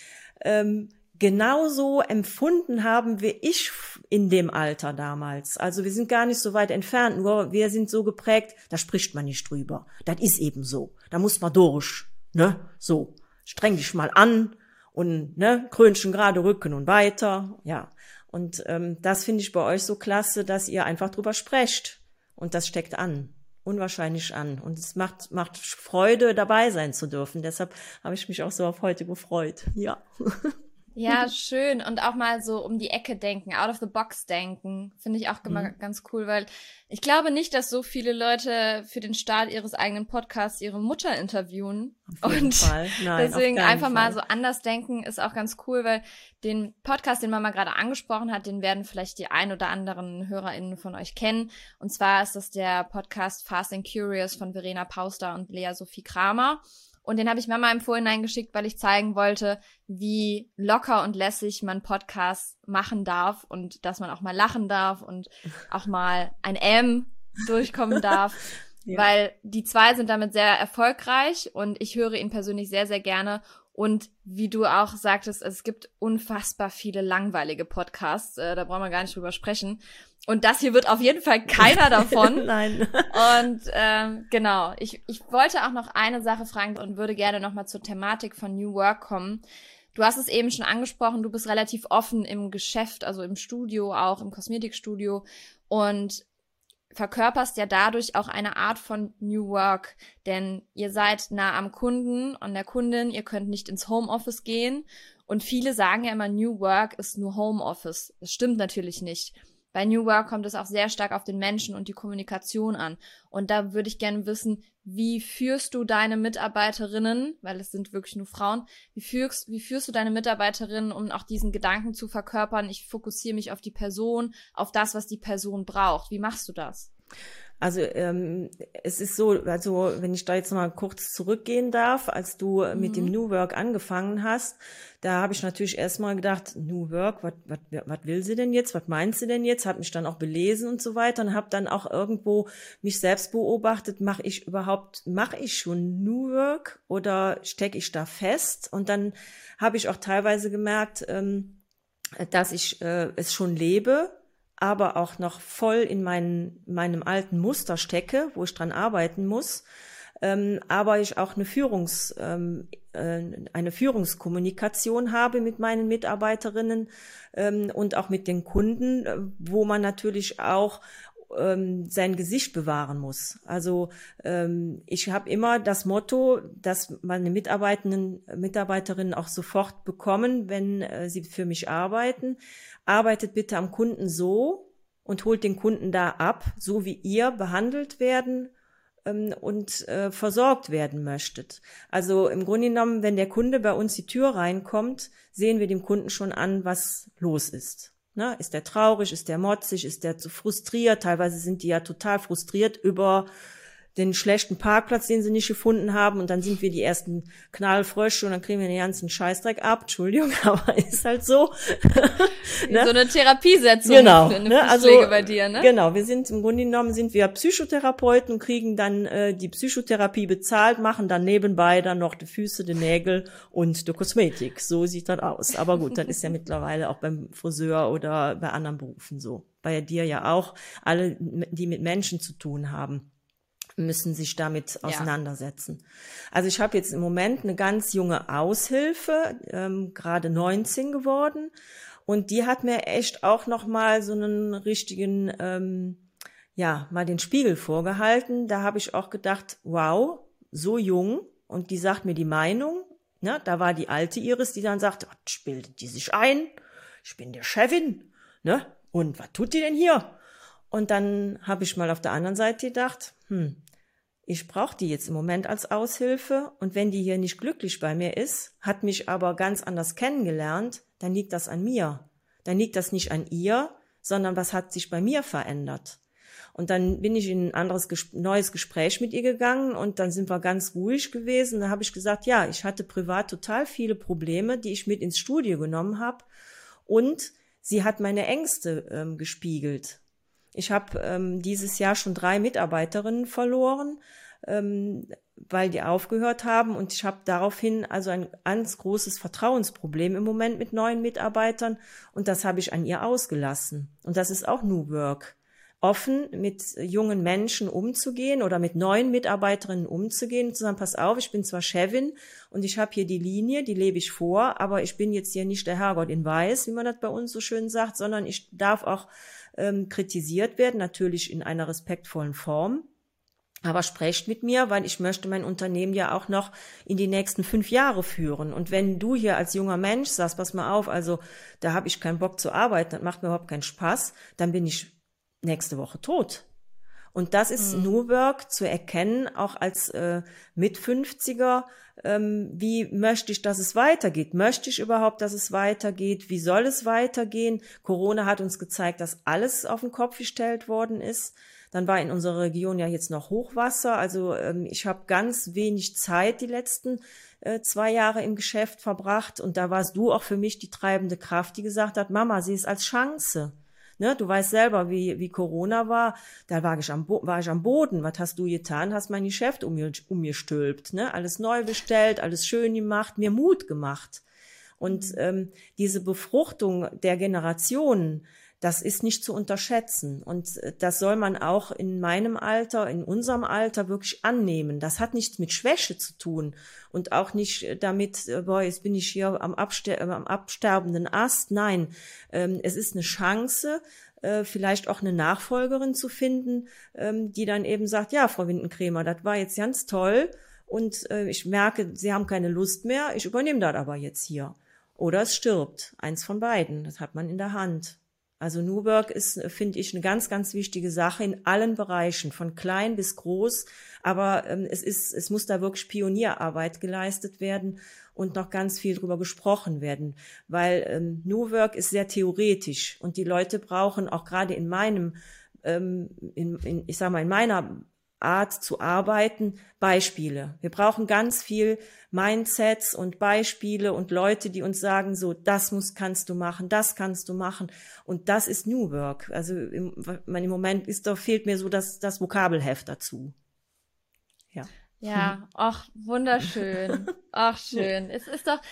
D: genauso empfunden haben wie ich in dem Alter damals. Also wir sind gar nicht so weit entfernt, nur wir sind so geprägt, da spricht man nicht drüber. Das ist eben so. Da muss man durch, ne? So, streng dich mal an und ne, Krönchen gerade Rücken und weiter, ja. Und das finde ich bei euch so klasse, dass ihr einfach drüber sprecht. Und das steckt an, unwahrscheinlich an. Und es macht Freude, dabei sein zu dürfen. Deshalb habe ich mich auch so auf heute gefreut. Ja.
C: Ja, schön. Und auch mal so um die Ecke denken, out of the box denken, finde ich auch immer ganz cool, weil ich glaube nicht, dass so viele Leute für den Start ihres eigenen Podcasts ihre Mutter interviewen.
D: Auf jeden Fall. Nein,
C: deswegen
D: auf keinen
C: einfach
D: Fall.
C: mal so anders denken ist auch ganz cool, weil den Podcast, den Mama gerade angesprochen hat, den werden vielleicht die ein oder anderen HörerInnen von euch kennen. Und zwar ist das der Podcast Fast and Curious von Verena Pauster und Lea Sophie Kramer. Und den habe ich Mama im Vorhinein geschickt, weil ich zeigen wollte, wie locker und lässig man Podcasts machen darf und dass man auch mal lachen darf und auch mal ein durchkommen darf. Ja. Weil die zwei sind damit sehr erfolgreich und ich höre ihn persönlich sehr, sehr gerne. Und wie du auch sagtest, es gibt unfassbar viele langweilige Podcasts, da brauchen wir gar nicht drüber sprechen. Und das hier wird auf jeden Fall keiner davon.
D: Nein.
C: Und genau, ich wollte auch noch eine Sache fragen und würde gerne nochmal zur Thematik von New Work kommen. Du hast es eben schon angesprochen, du bist relativ offen im Geschäft, also im Studio, auch im Kosmetikstudio und verkörperst ja dadurch auch eine Art von New Work, denn ihr seid nah am Kunden, an der Kundin, ihr könnt nicht ins Homeoffice gehen und viele sagen ja immer, New Work ist nur Homeoffice. Das stimmt natürlich nicht. Bei New Work kommt es auch sehr stark auf den Menschen und die Kommunikation an. Und da würde ich gerne wissen, wie führst du deine Mitarbeiterinnen, weil es sind wirklich nur Frauen, wie führst du deine Mitarbeiterinnen, um auch diesen Gedanken zu verkörpern, ich fokussiere mich auf die Person, auf das, was die Person braucht. Wie machst du das?
D: Also es ist so, also wenn ich da jetzt mal kurz zurückgehen darf, als du mit dem New Work angefangen hast, da habe ich natürlich erstmal gedacht, New Work, was will sie denn jetzt, was meint sie denn jetzt, habe mich dann auch belesen und so weiter und habe dann auch irgendwo mich selbst beobachtet, mache ich schon New Work oder stecke ich da fest? Und dann habe ich auch teilweise gemerkt, dass ich es schon lebe, aber auch noch voll in meinem alten Muster stecke, wo ich dran arbeiten muss, aber ich auch eine Führungskommunikation habe mit meinen Mitarbeiterinnen und auch mit den Kunden, wo man natürlich auch sein Gesicht bewahren muss. Also ich habe immer das Motto, dass meine Mitarbeiterinnen auch sofort bekommen, wenn sie für mich arbeiten. Arbeitet bitte am Kunden so und holt den Kunden da ab, so wie ihr behandelt werden und versorgt werden möchtet. Also im Grunde genommen, wenn der Kunde bei uns die Tür reinkommt, sehen wir dem Kunden schon an, was los ist. Ne? Ist der traurig, ist der motzig, ist der zu frustriert? Teilweise sind die ja total frustriert über den schlechten Parkplatz, den sie nicht gefunden haben, und dann sind wir die ersten Knallfrösche und dann kriegen wir den ganzen Scheißdreck ab. Entschuldigung, aber ist halt so.
C: Ne? So eine Therapiesetzung
D: genau,
C: für eine
D: ne?
C: Fußpflege bei dir, ne?
D: Genau, wir sind im Grunde genommen Psychotherapeuten, kriegen dann die Psychotherapie bezahlt, machen dann nebenbei dann noch die Füße, die Nägel und die Kosmetik. So sieht das aus. Aber gut, das ist ja mittlerweile auch beim Friseur oder bei anderen Berufen so. Bei dir ja auch. Alle, die mit Menschen zu tun haben, müssen sich damit auseinandersetzen. Also ich habe jetzt im Moment eine ganz junge Aushilfe, gerade 19 geworden, und die hat mir echt auch noch mal so einen richtigen, mal den Spiegel vorgehalten. Da habe ich auch gedacht, wow, so jung, und die sagt mir die Meinung. Ne? Da war die alte Iris, die dann sagt, bildet die sich ein, ich bin der Chefin, ne? Und was tut die denn hier? Und dann habe ich mal auf der anderen Seite gedacht, ich brauche die jetzt im Moment als Aushilfe, und wenn die hier nicht glücklich bei mir ist, hat mich aber ganz anders kennengelernt, dann liegt das an mir. Dann liegt das nicht an ihr, sondern was hat sich bei mir verändert. Und dann bin ich in ein neues Gespräch mit ihr gegangen, und dann sind wir ganz ruhig gewesen. Da habe ich gesagt, ja, ich hatte privat total viele Probleme, die ich mit ins Studio genommen habe, und sie hat meine Ängste gespiegelt. Ich habe dieses Jahr schon 3 Mitarbeiterinnen verloren, weil die aufgehört haben, und ich habe daraufhin also ein ganz großes Vertrauensproblem im Moment mit neuen Mitarbeitern, und das habe ich an ihr ausgelassen. Und das ist auch New Work. offen mit jungen Menschen umzugehen oder mit neuen Mitarbeiterinnen umzugehen und zu sagen, pass auf, ich bin zwar Chefin und ich habe hier die Linie, die lebe ich vor, aber ich bin jetzt hier nicht der Herrgott in Weiß, wie man das bei uns so schön sagt, sondern ich darf auch kritisiert werden, natürlich in einer respektvollen Form. Aber sprecht mit mir, weil ich möchte mein Unternehmen ja auch noch in die nächsten 5 Jahre führen. Und wenn du hier als junger Mensch sagst, pass mal auf, also da habe ich keinen Bock zu arbeiten, das macht mir überhaupt keinen Spaß, dann bin ich nächste Woche tot. Und das ist New Work zu erkennen, auch als Mit-50er. Wie möchte ich, dass es weitergeht? Möchte ich überhaupt, dass es weitergeht? Wie soll es weitergehen? Corona hat uns gezeigt, dass alles auf den Kopf gestellt worden ist. Dann war in unserer Region ja jetzt noch Hochwasser. Also ich habe ganz wenig Zeit die letzten 2 Jahre im Geschäft verbracht. Und da warst du auch für mich die treibende Kraft, die gesagt hat, Mama, sieh es als Chance. Ne, du weißt selber, wie Corona war, da war ich am Boden. Was hast du getan? Hast mein Geschäft umgestülpt, ne? Alles neu bestellt, alles schön gemacht, mir Mut gemacht. Und diese Befruchtung der Generationen, das ist nicht zu unterschätzen. Und das soll man auch in meinem Alter, in unserem Alter wirklich annehmen. Das hat nichts mit Schwäche zu tun und auch nicht damit, boah, jetzt bin ich hier am absterbenden Ast. Nein, es ist eine Chance, vielleicht auch eine Nachfolgerin zu finden, die dann eben sagt, ja, Frau Windenkrämer, das war jetzt ganz toll und ich merke, Sie haben keine Lust mehr, ich übernehme das aber jetzt hier. Oder es stirbt, eins von beiden, das hat man in der Hand. Also New Work ist, finde ich, eine ganz, ganz wichtige Sache in allen Bereichen, von klein bis groß. Aber es muss da wirklich Pionierarbeit geleistet werden und noch ganz viel drüber gesprochen werden, weil New Work ist sehr theoretisch und die Leute brauchen auch gerade in meinem, ich sag mal, in meiner Art zu arbeiten, Beispiele. Wir brauchen ganz viel Mindsets und Beispiele und Leute, die uns sagen, so, kannst du machen, das kannst du machen. Und das ist New Work. Also im Moment fehlt mir so das Vokabelheft dazu. Ja.
C: Ja, ach, wunderschön. Ach, schön. Es ist doch,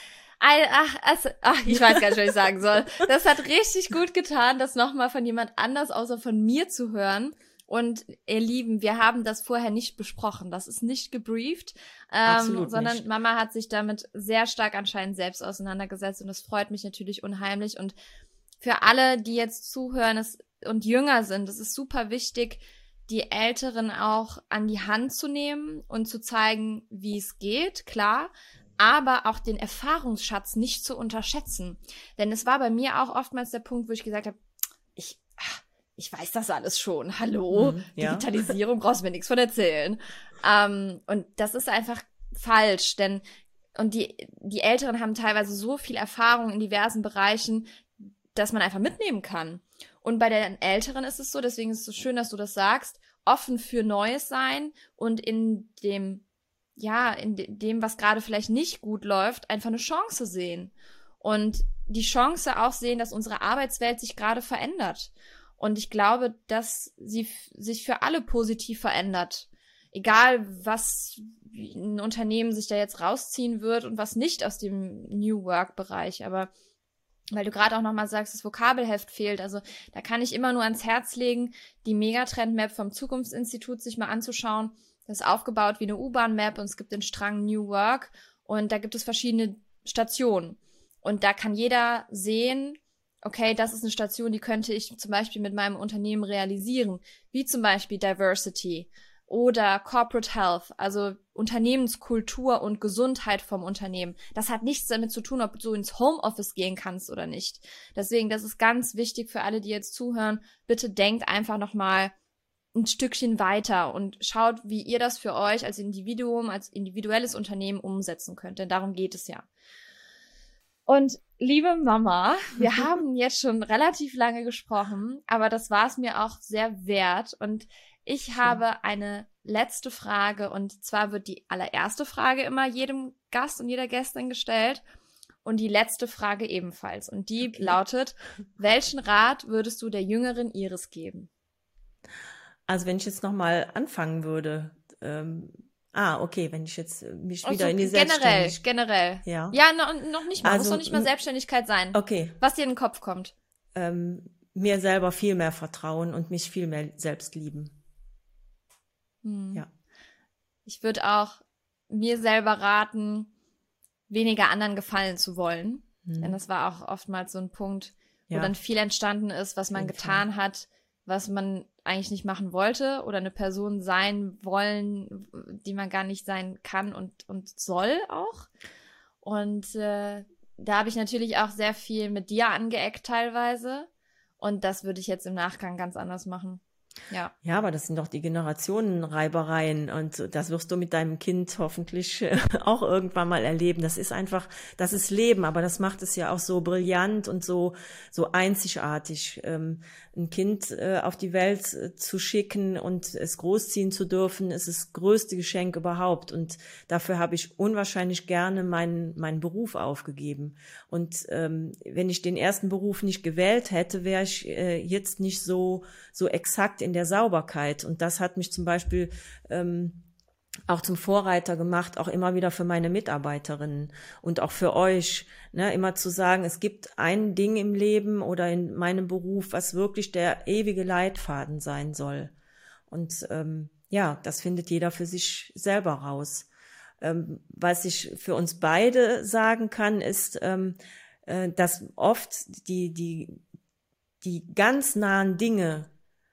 C: ich weiß gar nicht, was ich sagen soll. Das hat richtig gut getan, das nochmal von jemand anders außer von mir zu hören. Und ihr Lieben, wir haben das vorher nicht besprochen. Das ist nicht gebrieft, sondern nicht. Mama hat sich damit sehr stark anscheinend selbst auseinandergesetzt und das freut mich natürlich unheimlich. Und für alle, die jetzt zuhören und jünger sind, es ist super wichtig, die Älteren auch an die Hand zu nehmen und zu zeigen, wie es geht, klar, aber auch den Erfahrungsschatz nicht zu unterschätzen. Denn es war bei mir auch oftmals der Punkt, wo ich gesagt habe, ich weiß das alles schon. Hallo, ja. Digitalisierung, brauchst du mir nichts von erzählen. Und das ist einfach falsch, denn die Älteren haben teilweise so viel Erfahrung in diversen Bereichen, dass man einfach mitnehmen kann. Und bei den Älteren ist es so, deswegen ist es so schön, dass du das sagst, offen für Neues sein und in dem, was gerade vielleicht nicht gut läuft, einfach eine Chance sehen. Und die Chance auch sehen, dass unsere Arbeitswelt sich gerade verändert. Und ich glaube, dass sie sich für alle positiv verändert. Egal, was ein Unternehmen sich da jetzt rausziehen wird und was nicht aus dem New Work-Bereich. Aber weil du gerade auch nochmal sagst, das Vokabelheft fehlt. Also da kann ich immer nur ans Herz legen, die Megatrend-Map vom Zukunftsinstitut sich mal anzuschauen. Das ist aufgebaut wie eine U-Bahn-Map und es gibt den Strang New Work. Und da gibt es verschiedene Stationen. Und da kann jeder sehen, okay, das ist eine Station, die könnte ich zum Beispiel mit meinem Unternehmen realisieren, wie zum Beispiel Diversity oder Corporate Health, also Unternehmenskultur und Gesundheit vom Unternehmen. Das hat nichts damit zu tun, ob du ins Homeoffice gehen kannst oder nicht. Deswegen, das ist ganz wichtig für alle, die jetzt zuhören. Bitte denkt einfach nochmal ein Stückchen weiter und schaut, wie ihr das für euch als Individuum, als individuelles Unternehmen umsetzen könnt, denn darum geht es ja. Und liebe Mama, wir haben jetzt schon relativ lange gesprochen, aber das war es mir auch sehr wert. Und ich habe eine letzte Frage und zwar wird die allererste Frage immer jedem Gast und jeder Gästin gestellt und die letzte Frage ebenfalls. Und die lautet, welchen Rat würdest du der jüngeren Iris geben?
D: Also wenn ich jetzt nochmal anfangen würde, okay, wenn ich jetzt mich wieder in die Selbstständigkeit...
C: Generell.
D: Ja,
C: noch nicht mal, muss noch nicht mal Selbstständigkeit sein.
D: Okay.
C: Was dir in den Kopf kommt.
D: mir selber viel mehr vertrauen und mich viel mehr selbst lieben. Ja.
C: Ich würde auch mir selber raten, weniger anderen gefallen zu wollen. Denn das war auch oftmals so ein Punkt, wo dann viel entstanden ist, was man getan hat, was man eigentlich nicht machen wollte oder eine Person sein wollen, die man gar nicht sein kann und soll auch. Und da habe ich natürlich auch sehr viel mit dir angeeckt teilweise. Und das würde ich jetzt im Nachgang ganz anders machen. Ja.
D: Ja, aber das sind doch die Generationenreibereien und das wirst du mit deinem Kind hoffentlich auch irgendwann mal erleben. Das ist einfach, das ist Leben, aber das macht es ja auch so brillant und so einzigartig. Ein Kind auf die Welt zu schicken und es großziehen zu dürfen, ist das größte Geschenk überhaupt. Und dafür habe ich unwahrscheinlich gerne meinen Beruf aufgegeben. Und wenn ich den ersten Beruf nicht gewählt hätte, wäre ich jetzt nicht so exakt in der Sauberkeit. Und das hat mich zum Beispiel auch zum Vorreiter gemacht, auch immer wieder für meine Mitarbeiterinnen und auch für euch, ne, immer zu sagen, es gibt ein Ding im Leben oder in meinem Beruf, was wirklich der ewige Leitfaden sein soll. Und das findet jeder für sich selber raus. Was ich für uns beide sagen kann, ist, dass oft die ganz nahen Dinge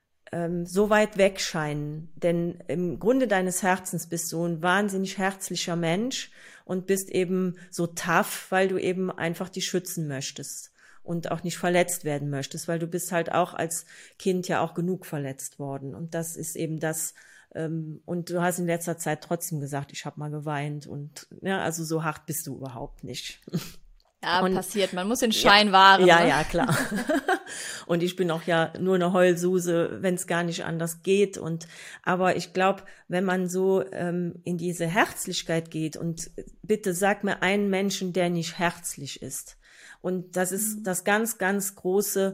D: so weit weg scheinen. Denn im Grunde deines Herzens bist du ein wahnsinnig herzlicher Mensch und bist eben so tough, weil du eben einfach die schützen möchtest und auch nicht verletzt werden möchtest, weil du bist halt auch als Kind ja auch genug verletzt worden. Und das ist eben das, und du hast in letzter Zeit trotzdem gesagt, ich habe mal geweint und ja, also so hart bist du überhaupt nicht.
C: Ja, passiert. Man muss den Schein wahren.
D: Ja,
C: ne?
D: ja, klar. Und ich bin auch ja nur eine Heulsuse, wenn es gar nicht anders geht. Aber ich glaube, wenn man so in diese Herzlichkeit geht und bitte sag mir einen Menschen, der nicht herzlich ist. Und das ist das ganz, ganz große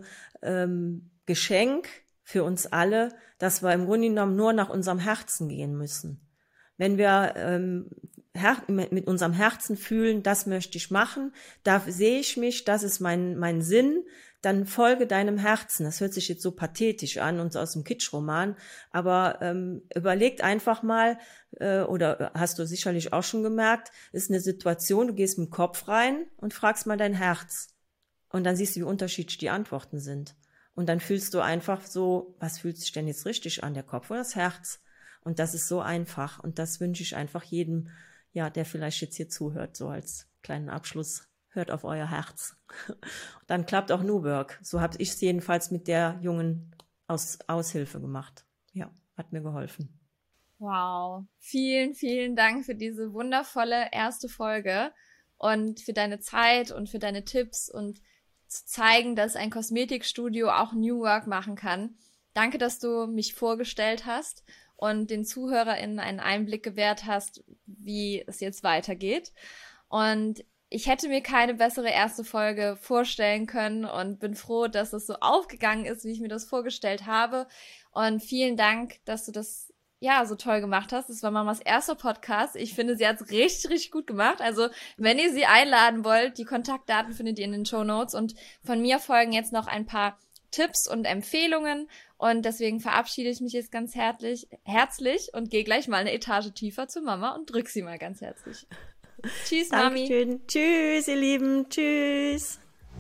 D: Geschenk für uns alle, dass wir im Grunde genommen nur nach unserem Herzen gehen müssen. Wenn wir mit unserem Herzen fühlen, das möchte ich machen, da sehe ich mich, das ist mein Sinn, dann folge deinem Herzen. Das hört sich jetzt so pathetisch an und aus dem Kitschroman, aber überlegt einfach mal, oder hast du sicherlich auch schon gemerkt, ist eine Situation, du gehst mit dem Kopf rein und fragst mal dein Herz. Und dann siehst du, wie unterschiedlich die Antworten sind. Und dann fühlst du einfach so, was fühlt sich denn jetzt richtig an, der Kopf oder das Herz? Und das ist so einfach. Und das wünsche ich einfach jedem, ja, der vielleicht jetzt hier zuhört, so als kleinen Abschluss. Hört auf euer Herz. Dann klappt auch New Work. So habe ich es jedenfalls mit der jungen Aushilfe gemacht. Ja, hat mir geholfen.
C: Wow. Vielen, vielen Dank für diese wundervolle erste Folge und für deine Zeit und für deine Tipps und zu zeigen, dass ein Kosmetikstudio auch New Work machen kann. Danke, dass du mich vorgestellt hast und den ZuhörerInnen einen Einblick gewährt hast, wie es jetzt weitergeht. Und ich hätte mir keine bessere erste Folge vorstellen können und bin froh, dass es so aufgegangen ist, wie ich mir das vorgestellt habe. Und vielen Dank, dass du das so toll gemacht hast. Das war Mamas erster Podcast. Ich finde, sie hat es richtig, richtig gut gemacht. Also, wenn ihr sie einladen wollt, die Kontaktdaten findet ihr in den Shownotes. Und von mir folgen jetzt noch ein paar Tipps und Empfehlungen. Und deswegen verabschiede ich mich jetzt ganz herzlich und gehe gleich mal eine Etage tiefer zu Mama und drück sie mal ganz herzlich. Tschüss, Mami.
D: Dankeschön. Tschüss, ihr Lieben. Tschüss.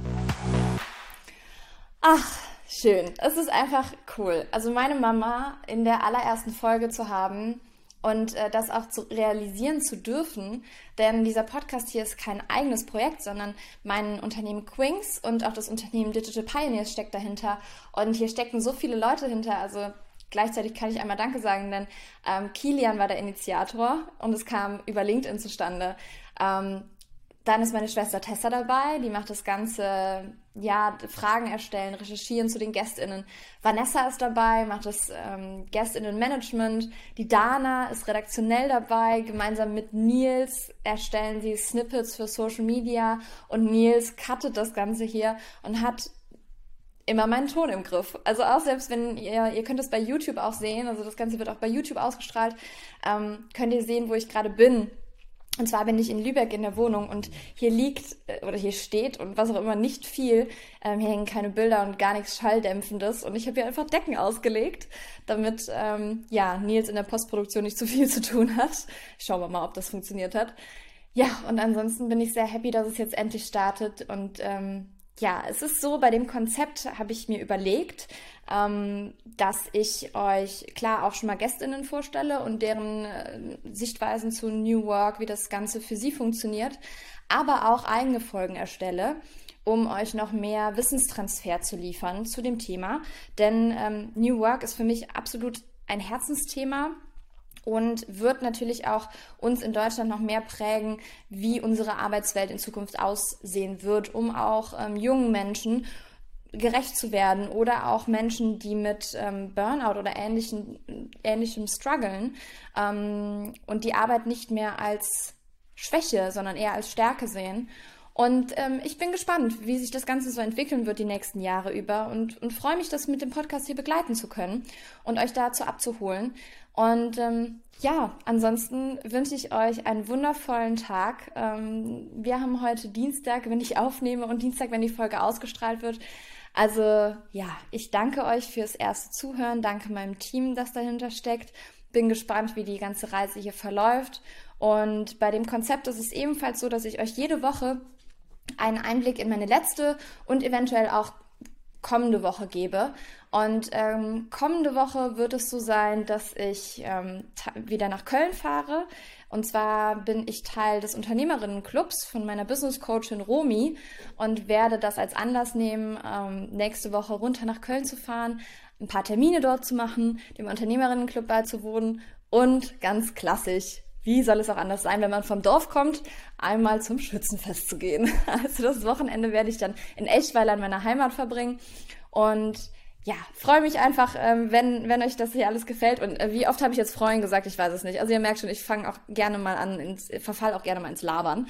C: Ach, schön. Es ist einfach cool. Also meine Mama in der allerersten Folge zu haben und das auch zu realisieren zu dürfen, denn dieser Podcast hier ist kein eigenes Projekt, sondern mein Unternehmen Quinks und auch das Unternehmen Digital Pioneers steckt dahinter und hier stecken so viele Leute hinter, also gleichzeitig kann ich einmal Danke sagen, denn Kilian war der Initiator und es kam über LinkedIn zustande. Dann ist meine Schwester Tessa dabei, die macht das Ganze, Fragen erstellen, recherchieren zu den GästInnen. Vanessa ist dabei, macht das GästInnen-Management. Die Dana ist redaktionell dabei, gemeinsam mit Nils erstellen sie Snippets für Social Media und Nils cuttet das Ganze hier und hat immer meinen Ton im Griff. Also auch selbst wenn ihr könnt es bei YouTube auch sehen, also das Ganze wird auch bei YouTube ausgestrahlt, könnt ihr sehen, wo ich gerade bin. Und zwar bin ich in Lübeck in der Wohnung und hier liegt oder hier steht und was auch immer nicht viel. Hier hängen keine Bilder und gar nichts Schalldämpfendes. Und ich habe hier einfach Decken ausgelegt, damit Nils in der Postproduktion nicht zu viel zu tun hat. Schauen wir mal, ob das funktioniert hat. Ja, und ansonsten bin ich sehr happy, dass es jetzt endlich startet. Und es ist so, bei dem Konzept habe ich mir überlegt, dass ich euch klar auch schon mal GästInnen vorstelle und deren Sichtweisen zu New Work, wie das Ganze für sie funktioniert, aber auch eigene Folgen erstelle, um euch noch mehr Wissenstransfer zu liefern zu dem Thema. Denn New Work ist für mich absolut ein Herzensthema und wird natürlich auch uns in Deutschland noch mehr prägen, wie unsere Arbeitswelt in Zukunft aussehen wird, um auch jungen Menschen gerecht zu werden oder auch Menschen, die mit Burnout oder ähnlichem strugglen und die Arbeit nicht mehr als Schwäche, sondern eher als Stärke sehen. Und ich bin gespannt, wie sich das Ganze so entwickeln wird die nächsten Jahre über und freue mich, das mit dem Podcast hier begleiten zu können und euch dazu abzuholen. Und ansonsten wünsche ich euch einen wundervollen Tag. Wir haben heute Dienstag, wenn ich aufnehme, und Dienstag, wenn die Folge ausgestrahlt wird. Also ich danke euch fürs erste Zuhören, danke meinem Team, das dahinter steckt. Bin gespannt, wie die ganze Reise hier verläuft. Und bei dem Konzept ist es ebenfalls so, dass ich euch jede Woche einen Einblick in meine letzte und eventuell auch kommende Woche gebe. Und kommende Woche wird es so sein, dass ich wieder nach Köln fahre. Und zwar bin ich Teil des Unternehmerinnenclubs von meiner Business-Coachin Romy und werde das als Anlass nehmen, nächste Woche runter nach Köln zu fahren, ein paar Termine dort zu machen, dem Unternehmerinnenclub beizuwohnen und ganz klassisch, wie soll es auch anders sein, wenn man vom Dorf kommt, einmal zum Schützenfest zu gehen. Also das Wochenende werde ich dann in Eschweiler in meiner Heimat verbringen und freue mich einfach, wenn euch das hier alles gefällt. Und wie oft habe ich jetzt freuen gesagt, ich weiß es nicht. Also ihr merkt schon, ich fange auch gerne mal an, verfall auch gerne mal ins Labern.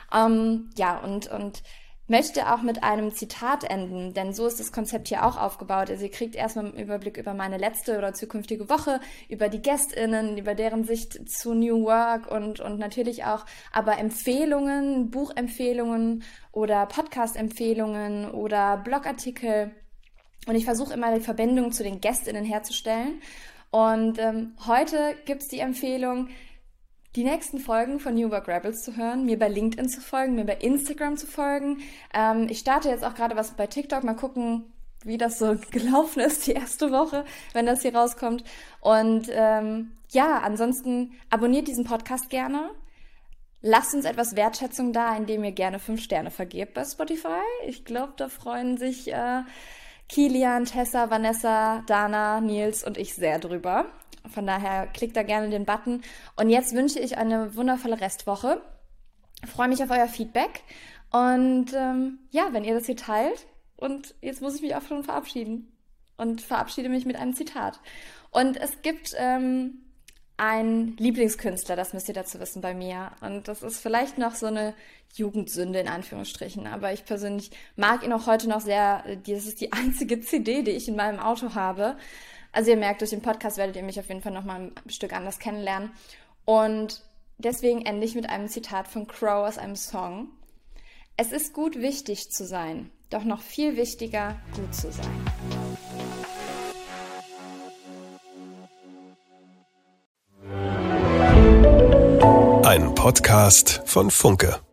C: Und möchte auch mit einem Zitat enden, denn so ist das Konzept hier auch aufgebaut. Also ihr kriegt erstmal einen Überblick über meine letzte oder zukünftige Woche, über die GästInnen, über deren Sicht zu New Work und natürlich auch aber Empfehlungen, Buchempfehlungen oder Podcast-Empfehlungen oder Blogartikel. Und ich versuche immer die Verbindung zu den GästInnen herzustellen. Und heute gibt's die Empfehlung, die nächsten Folgen von New Work Rebels zu hören, mir bei LinkedIn zu folgen, mir bei Instagram zu folgen. Ich starte jetzt auch gerade was bei TikTok. Mal gucken, wie das so gelaufen ist, die erste Woche, wenn das hier rauskommt. Und ansonsten abonniert diesen Podcast gerne. Lasst uns etwas Wertschätzung da, indem ihr gerne 5 Sterne vergebt bei Spotify. Ich glaube, da freuen sich Kilian, Tessa, Vanessa, Dana, Nils und ich sehr drüber. Von daher klickt da gerne den Button. Und jetzt wünsche ich eine wundervolle Restwoche. Ich freue mich auf euer Feedback. Und wenn ihr das hier teilt. Und jetzt muss ich mich auch schon verabschieden. Und verabschiede mich mit einem Zitat. Und es gibt einen Lieblingskünstler, das müsst ihr dazu wissen bei mir. Und das ist vielleicht noch so eine Jugendsünde in Anführungsstrichen. Aber ich persönlich mag ihn auch heute noch sehr. Das ist die einzige CD, die ich in meinem Auto habe. Also ihr merkt, durch den Podcast werdet ihr mich auf jeden Fall noch mal ein Stück anders kennenlernen. Und deswegen ende ich mit einem Zitat von Crow aus einem Song. Es ist gut, wichtig zu sein, doch noch viel wichtiger, gut zu sein.
E: Ein Podcast von Funke.